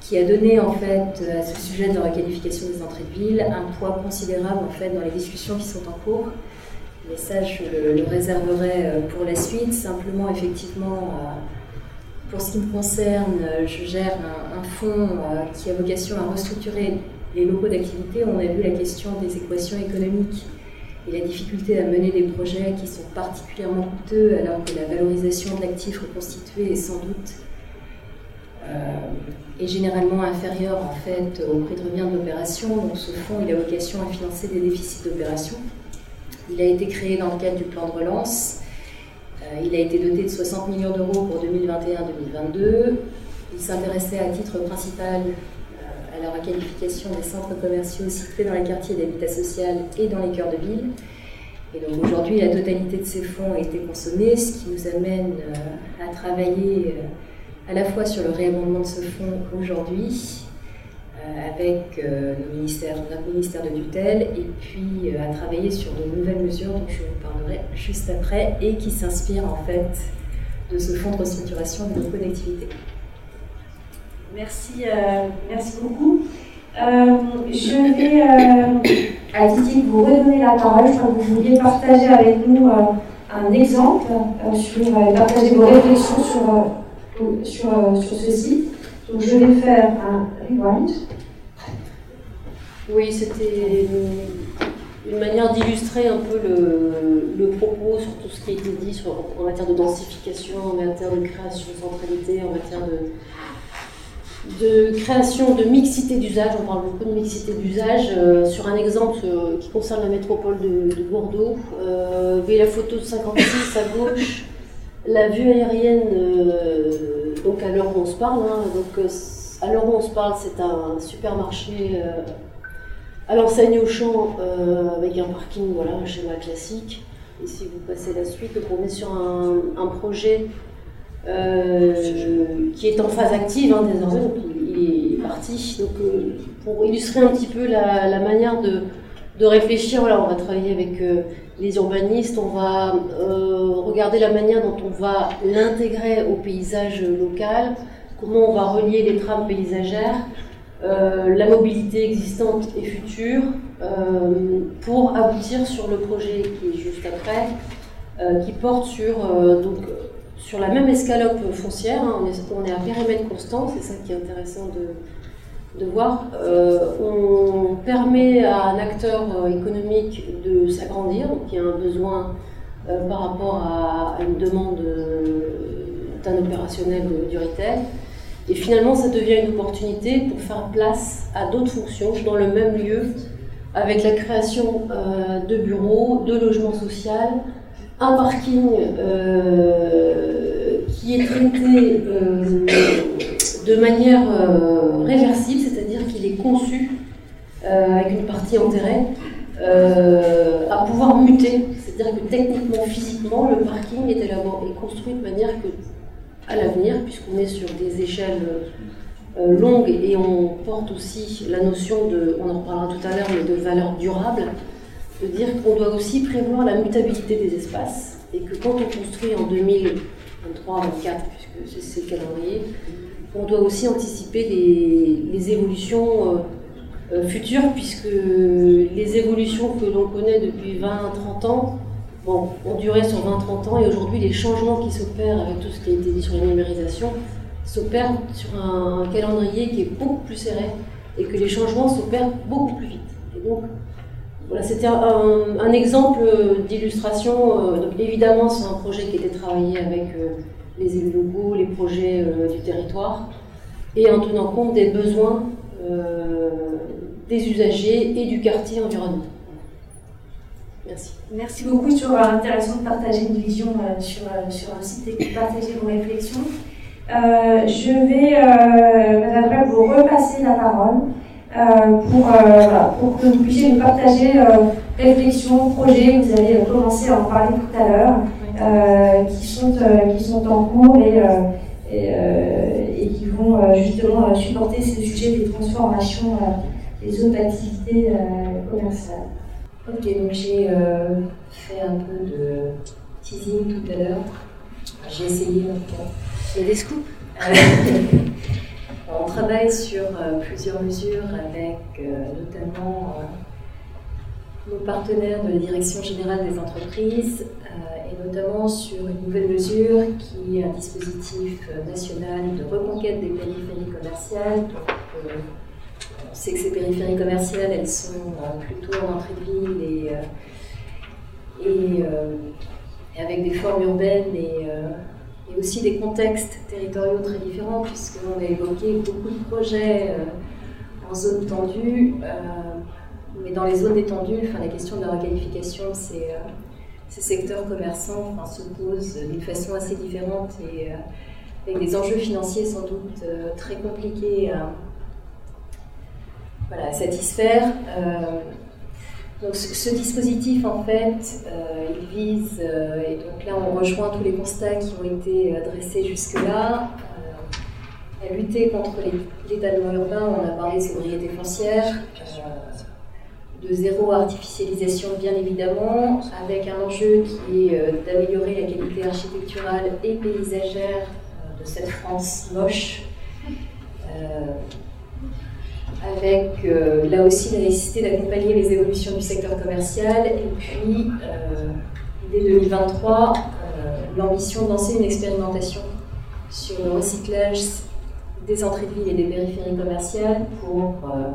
qui a donné en fait à ce sujet de la requalification des entrées de ville un poids considérable en fait dans les discussions qui sont en cours. Mais ça, je le, le réserverai pour la suite. Simplement, effectivement, pour ce qui me concerne, je gère un, un fonds qui a vocation à restructurer les locaux d'activité. On a vu la question des équations économiques et la difficulté à mener des projets qui sont particulièrement coûteux, alors que la valorisation de l'actif reconstitué est sans doute euh, est généralement inférieure en fait au prix de revient de l'opération. Donc ce fonds, il a vocation à financer des déficits d'opération. Il a été créé dans le cadre du plan de relance. Euh, il a été doté de soixante millions d'euros pour deux mille vingt et un deux mille vingt-deux. Il s'intéressait à titre principal à la requalification des centres commerciaux situés dans les quartiers d'habitat social et dans les cœurs de ville. Et donc aujourd'hui, la totalité de ces fonds a été consommée, ce qui nous amène à travailler à la fois sur le réabondement de ce fonds aujourd'hui, avec nos ministères, notre ministère de tutelle, et puis à travailler sur de nouvelles mesures dont je vous parlerai juste après, et qui s'inspirent en fait de ce fonds de restructuration des locaux d'activité. Merci, euh, merci beaucoup. Euh, je vais, euh, à Titi, vous redonner la parole. Je crois que vous vouliez partager avec nous euh, un exemple, euh, sur, euh, partager vos réflexions sur, euh, sur, euh, sur ceci. Donc je vais faire un rewind. Oui, c'était une, une manière d'illustrer un peu le, le propos sur tout ce qui a été dit sur, en matière de densification, en matière de création de centralité, en matière de... de création de mixité d'usage. On parle beaucoup de mixité d'usage. Euh, sur un exemple euh, qui concerne la métropole de, de Bordeaux, euh, vous voyez la photo de cinquante-six à gauche, la vue aérienne, euh, donc à l'heure où on se parle. Hein, donc, euh, à l'heure où on se parle, c'est un supermarché euh, à l'enseigne Auchan euh, avec un parking, voilà, un schéma classique. Et si vous passez la suite, donc on est sur un, un projet Euh, qui est en phase active hein, désormais, donc il, il est parti. Donc, euh, pour illustrer un petit peu la, la manière de, de réfléchir, voilà, on va travailler avec euh, les urbanistes, on va euh, regarder la manière dont on va l'intégrer au paysage local, comment on va relier les trames paysagères, euh, la mobilité existante et future, euh, pour aboutir sur le projet qui est juste après, euh, qui porte sur euh, donc, sur la même escalope foncière, hein, on, est, on est à périmètre constant, c'est ça qui est intéressant de, de voir. Euh, on permet à un acteur euh, économique de s'agrandir, donc il y a un besoin euh, par rapport à, à une demande euh, d'un opérationnel de, du retail. Et finalement, ça devient une opportunité pour faire place à d'autres fonctions dans le même lieu, avec la création euh, de bureaux, de logements sociaux, un parking euh, qui est traité euh, de manière euh, réversible, c'est-à-dire qu'il est conçu euh, avec une partie enterrée euh, à pouvoir muter, c'est-à-dire que techniquement, physiquement, le parking est, élaboré, est construit de manière que, à l'avenir, puisqu'on est sur des échelles euh, longues et on porte aussi la notion de, on en reparlera tout à l'heure, mais de valeur durable, de dire qu'on doit aussi prévoir la mutabilité des espaces et que quand on construit en deux mille vingt-trois vingt-quatre, puisque c'est le calendrier, on doit aussi anticiper les, les évolutions euh, euh, futures, puisque les évolutions que l'on connaît depuis vingt trente ans bon, ont duré sur vingt trente ans, et aujourd'hui les changements qui s'opèrent avec tout ce qui a été dit sur la numérisation s'opèrent sur un, un calendrier qui est beaucoup plus serré et que les changements s'opèrent beaucoup plus vite. Et donc, voilà, c'était un, un exemple d'illustration. Donc évidemment, c'est un projet qui était travaillé avec euh, les élus locaux, les projets euh, du territoire, et en tenant compte des besoins euh, des usagers et du quartier environnant. Merci. Merci beaucoup, c'est toujours intéressant de partager une vision euh, sur, euh, sur un site et de partager vos réflexions. Euh, je vais, euh, Madame Brel, vous repasser la parole. Euh, pour, euh, voilà, pour que vous puissiez nous partager euh, réflexions, projets, vous avez euh, commencé à en parler tout à l'heure, euh, qui, sont, euh, qui sont en cours et, euh, et, euh, et qui vont euh, justement euh, supporter ce sujet des transformations euh, des autres activités euh, commerciales. Ok, donc j'ai euh, fait un peu de teasing tout à l'heure. J'ai essayé en tout cas. Il y a des scoops. On travaille sur euh, plusieurs mesures avec euh, notamment euh, nos partenaires de la Direction générale des entreprises euh, et notamment sur une nouvelle mesure qui est un dispositif euh, national de reconquête des périphéries commerciales. Donc, euh, on sait que ces périphéries commerciales, elles sont euh, plutôt en entrée de ville et, euh, et, euh, et avec des formes urbaines et euh, et aussi des contextes territoriaux très différents, puisqu'on a évoqué beaucoup de projets euh, en zone tendue, euh, mais dans les zones détendues, enfin, la question de la requalification, c'est, euh, ces secteurs commerçants enfin, se posent d'une façon assez différente et euh, avec des enjeux financiers sans doute euh, très compliqués à, voilà, à satisfaire. Euh, Donc ce, ce dispositif, en fait, euh, il vise, euh, et donc là on rejoint tous les constats qui ont été dressés jusque-là, euh, à lutter contre l'étalement urbain. On a parlé de sobriété foncière, euh, de zéro artificialisation bien évidemment, avec un enjeu qui est euh, d'améliorer la qualité architecturale et paysagère euh, de cette France moche. Euh, avec euh, là aussi la nécessité d'accompagner les évolutions du secteur commercial et puis euh, dès deux mille vingt-trois euh, l'ambition de lancer une expérimentation sur le recyclage des entrées de ville et des périphéries commerciales pour euh,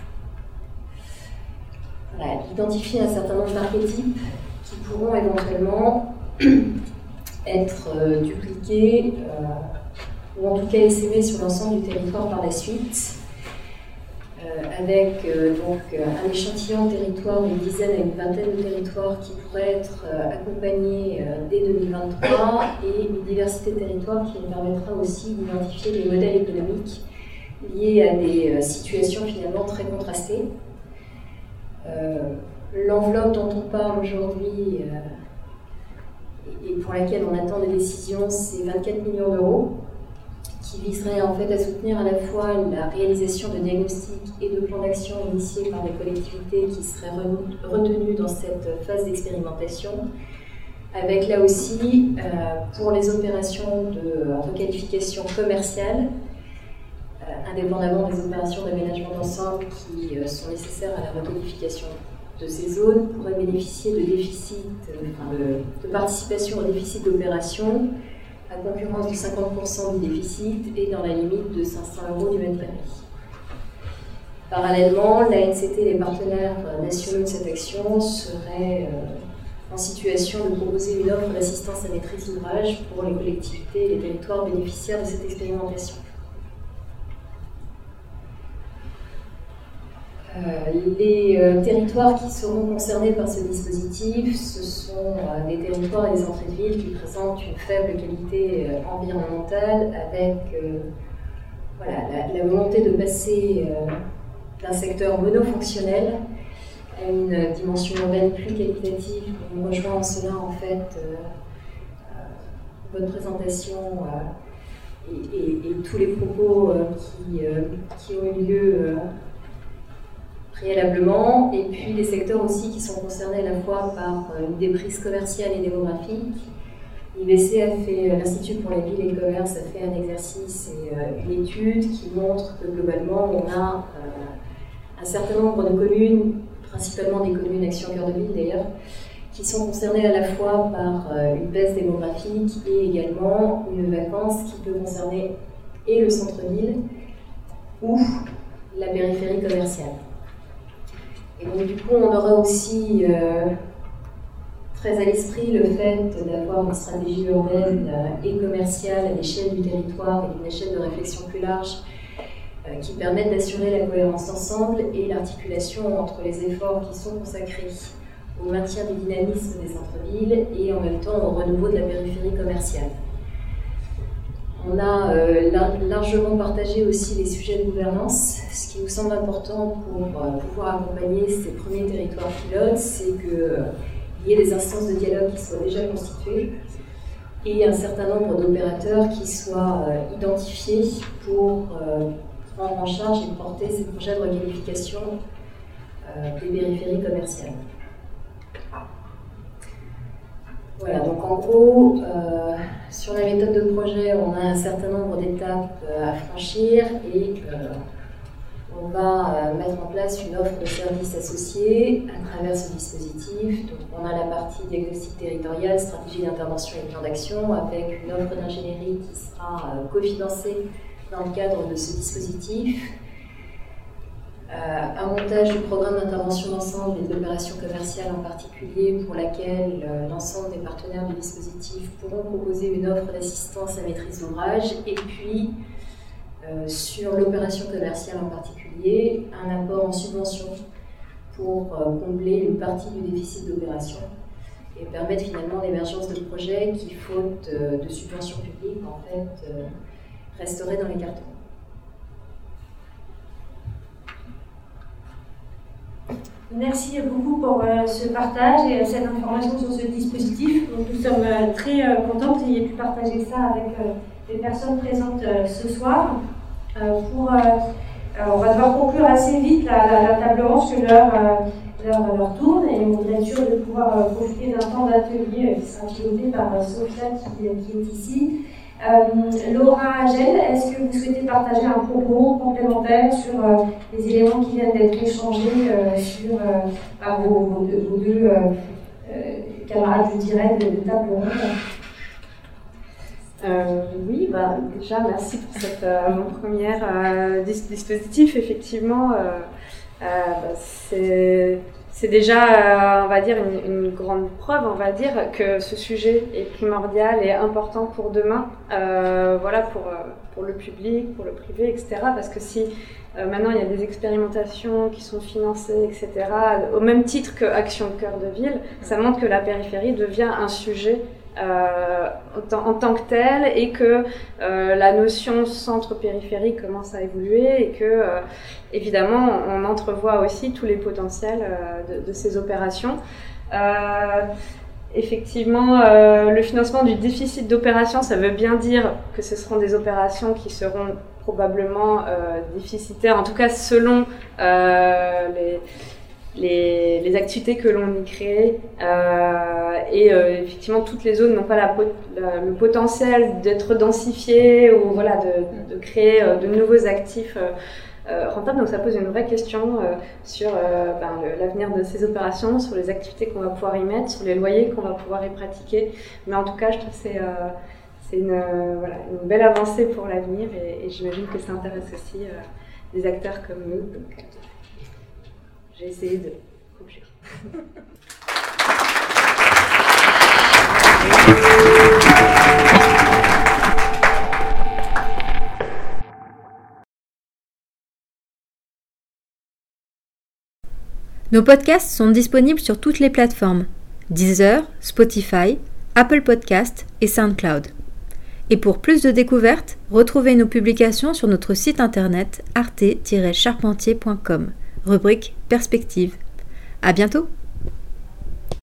voilà, identifier un certain nombre d'archétypes qui pourront éventuellement être euh, dupliqués euh, ou en tout cas essaimés sur l'ensemble du territoire par la suite. Euh, avec euh, donc, un échantillon de territoire, une dizaine à une vingtaine de territoires qui pourraient être euh, accompagnés euh, dès deux mille vingt-trois et une diversité de territoires qui nous permettra aussi d'identifier les modèles économiques liés à des euh, situations finalement très contrastées. Euh, L'enveloppe dont on parle aujourd'hui euh, et pour laquelle on attend des décisions, c'est vingt-quatre millions d'euros. Qui viserait en fait à soutenir à la fois la réalisation de diagnostics et de plans d'action initiés par des collectivités qui seraient retenues dans cette phase d'expérimentation, avec là aussi, euh, pour les opérations de requalification commerciale, euh, indépendamment des opérations d'aménagement d'ensemble qui euh, sont nécessaires à la requalification de ces zones, pourraient bénéficier de déficit, euh, enfin de, de participation au déficit d'opération, à concurrence de cinquante pour cent du déficit et dans la limite de cinq cents euros du mètre carré. Parallèlement, l'A N C T et les partenaires nationaux de cette action seraient euh, en situation de proposer une offre d'assistance à maîtrise d'ouvrage pour les collectivités et les territoires bénéficiaires de cette expérimentation. Euh, les euh, territoires qui seront concernés par ce dispositif, ce sont euh, des territoires et des entrées de ville qui présentent une faible qualité euh, environnementale avec euh, voilà, la, la volonté de passer euh, d'un secteur monofonctionnel à une dimension urbaine plus qualitative. On rejoint en cela en fait euh, euh, votre présentation euh, et, et, et tous les propos euh, qui, euh, qui ont eu lieu euh, préalablement, et puis des secteurs aussi qui sont concernés à la fois par une déprise commerciale et démographique. I B C a fait, l'Institut pour la ville et le commerce a fait un exercice et une étude qui montre que globalement on a un certain nombre de communes, principalement des communes Action Cœur de Ville d'ailleurs, qui sont concernées à la fois par une baisse démographique et également une vacance qui peut concerner et le centre-ville ou la périphérie commerciale. Et donc du coup, on aura aussi euh, très à l'esprit le fait d'avoir une stratégie urbaine euh, et commerciale à l'échelle du territoire et d'une échelle de réflexion plus large euh, qui permettent d'assurer la cohérence d'ensemble et l'articulation entre les efforts qui sont consacrés au maintien du dynamisme des centres-villes et en même temps au renouveau de la périphérie commerciale. On a euh, largement partagé aussi les sujets de gouvernance. Ce qui nous semble important pour euh, pouvoir accompagner ces premiers territoires pilotes, c'est qu'il euh, y ait des instances de dialogue qui soient déjà constituées et un certain nombre d'opérateurs qui soient euh, identifiés pour euh, prendre en charge et porter ces projets de requalification euh, des périphéries commerciales. Voilà, donc en gros, euh, sur la méthode de projet, on a un certain nombre d'étapes euh, à franchir et euh, on va euh, mettre en place une offre de services associés à travers ce dispositif. Donc on a la partie diagnostic territorial, stratégie d'intervention et plan d'action avec une offre d'ingénierie qui sera euh, cofinancée dans le cadre de ce dispositif. Euh, un montage du programme d'intervention d'ensemble et de l'opération commerciale en particulier pour laquelle euh, l'ensemble des partenaires du dispositif pourront proposer une offre d'assistance à maîtrise d'ouvrage et puis euh, sur l'opération commerciale en particulier, un apport en subvention pour euh, combler une partie du déficit d'opération et permettre finalement l'émergence de projets qui, faute euh, de subventions publiques, en fait, euh, resteraient dans les cartons. Merci beaucoup pour euh, ce partage et cette information sur ce dispositif. Donc, nous sommes euh, très euh, contents que vous ayez pu partager ça avec euh, les personnes présentes euh, ce soir. Euh, pour, euh, on va devoir conclure assez vite la, la, la table ronde que l'heure euh, leur, leur tourne et on voudrait être sûr de pouvoir euh, profiter d'un temps d'atelier euh, qui sera piloté par euh, Sophia qui, qui est ici. Euh, Laura Agel, est-ce que vous souhaitez partager un propos complémentaire sur euh, les éléments qui viennent d'être échangés euh, sur, euh, par vos, vos deux, vos deux euh, euh, camarades, je dirais, de, de table ronde? Euh, oui, bah, déjà merci pour cette, euh, mon premier euh, dis- dispositif. Effectivement, euh, euh, bah, c'est, c'est déjà, euh, on va dire, une, une grande preuve, on va dire, que ce sujet est primordial et important pour demain, euh, voilà, pour, pour le public, pour le privé, et cetera. Parce que si euh, maintenant il y a des expérimentations qui sont financées, et cetera, au même titre que Action Cœur de Ville, ça montre que la périphérie devient un sujet Euh, en, tant, en tant que telle et que euh, la notion centre-périphérie commence à évoluer et que euh, évidemment on entrevoit aussi tous les potentiels euh, de, de ces opérations. Euh, effectivement, euh, le financement du déficit d'opération, ça veut bien dire que ce seront des opérations qui seront probablement euh, déficitaires, en tout cas selon euh, les Les, les activités que l'on y crée euh, et euh, effectivement toutes les zones n'ont pas la, la, le potentiel d'être densifiées ou voilà, de, de créer euh, de nouveaux actifs euh, rentables. Donc ça pose une vraie question euh, sur euh, ben, le, l'avenir de ces opérations, sur les activités qu'on va pouvoir y mettre, sur les loyers qu'on va pouvoir y pratiquer. Mais en tout cas, je trouve que c'est, euh, c'est une, euh, voilà, une belle avancée pour l'avenir et, et j'imagine que ça intéresse aussi euh, des acteurs comme nous. Donc, euh, j'ai essayé de coucher. Nos podcasts sont disponibles sur toutes les plateformes Deezer, Spotify, Apple Podcasts et SoundCloud. Et pour plus de découvertes, retrouvez nos publications sur notre site internet arte tiret charpentier point com, rubrique Perspective. À bientôt!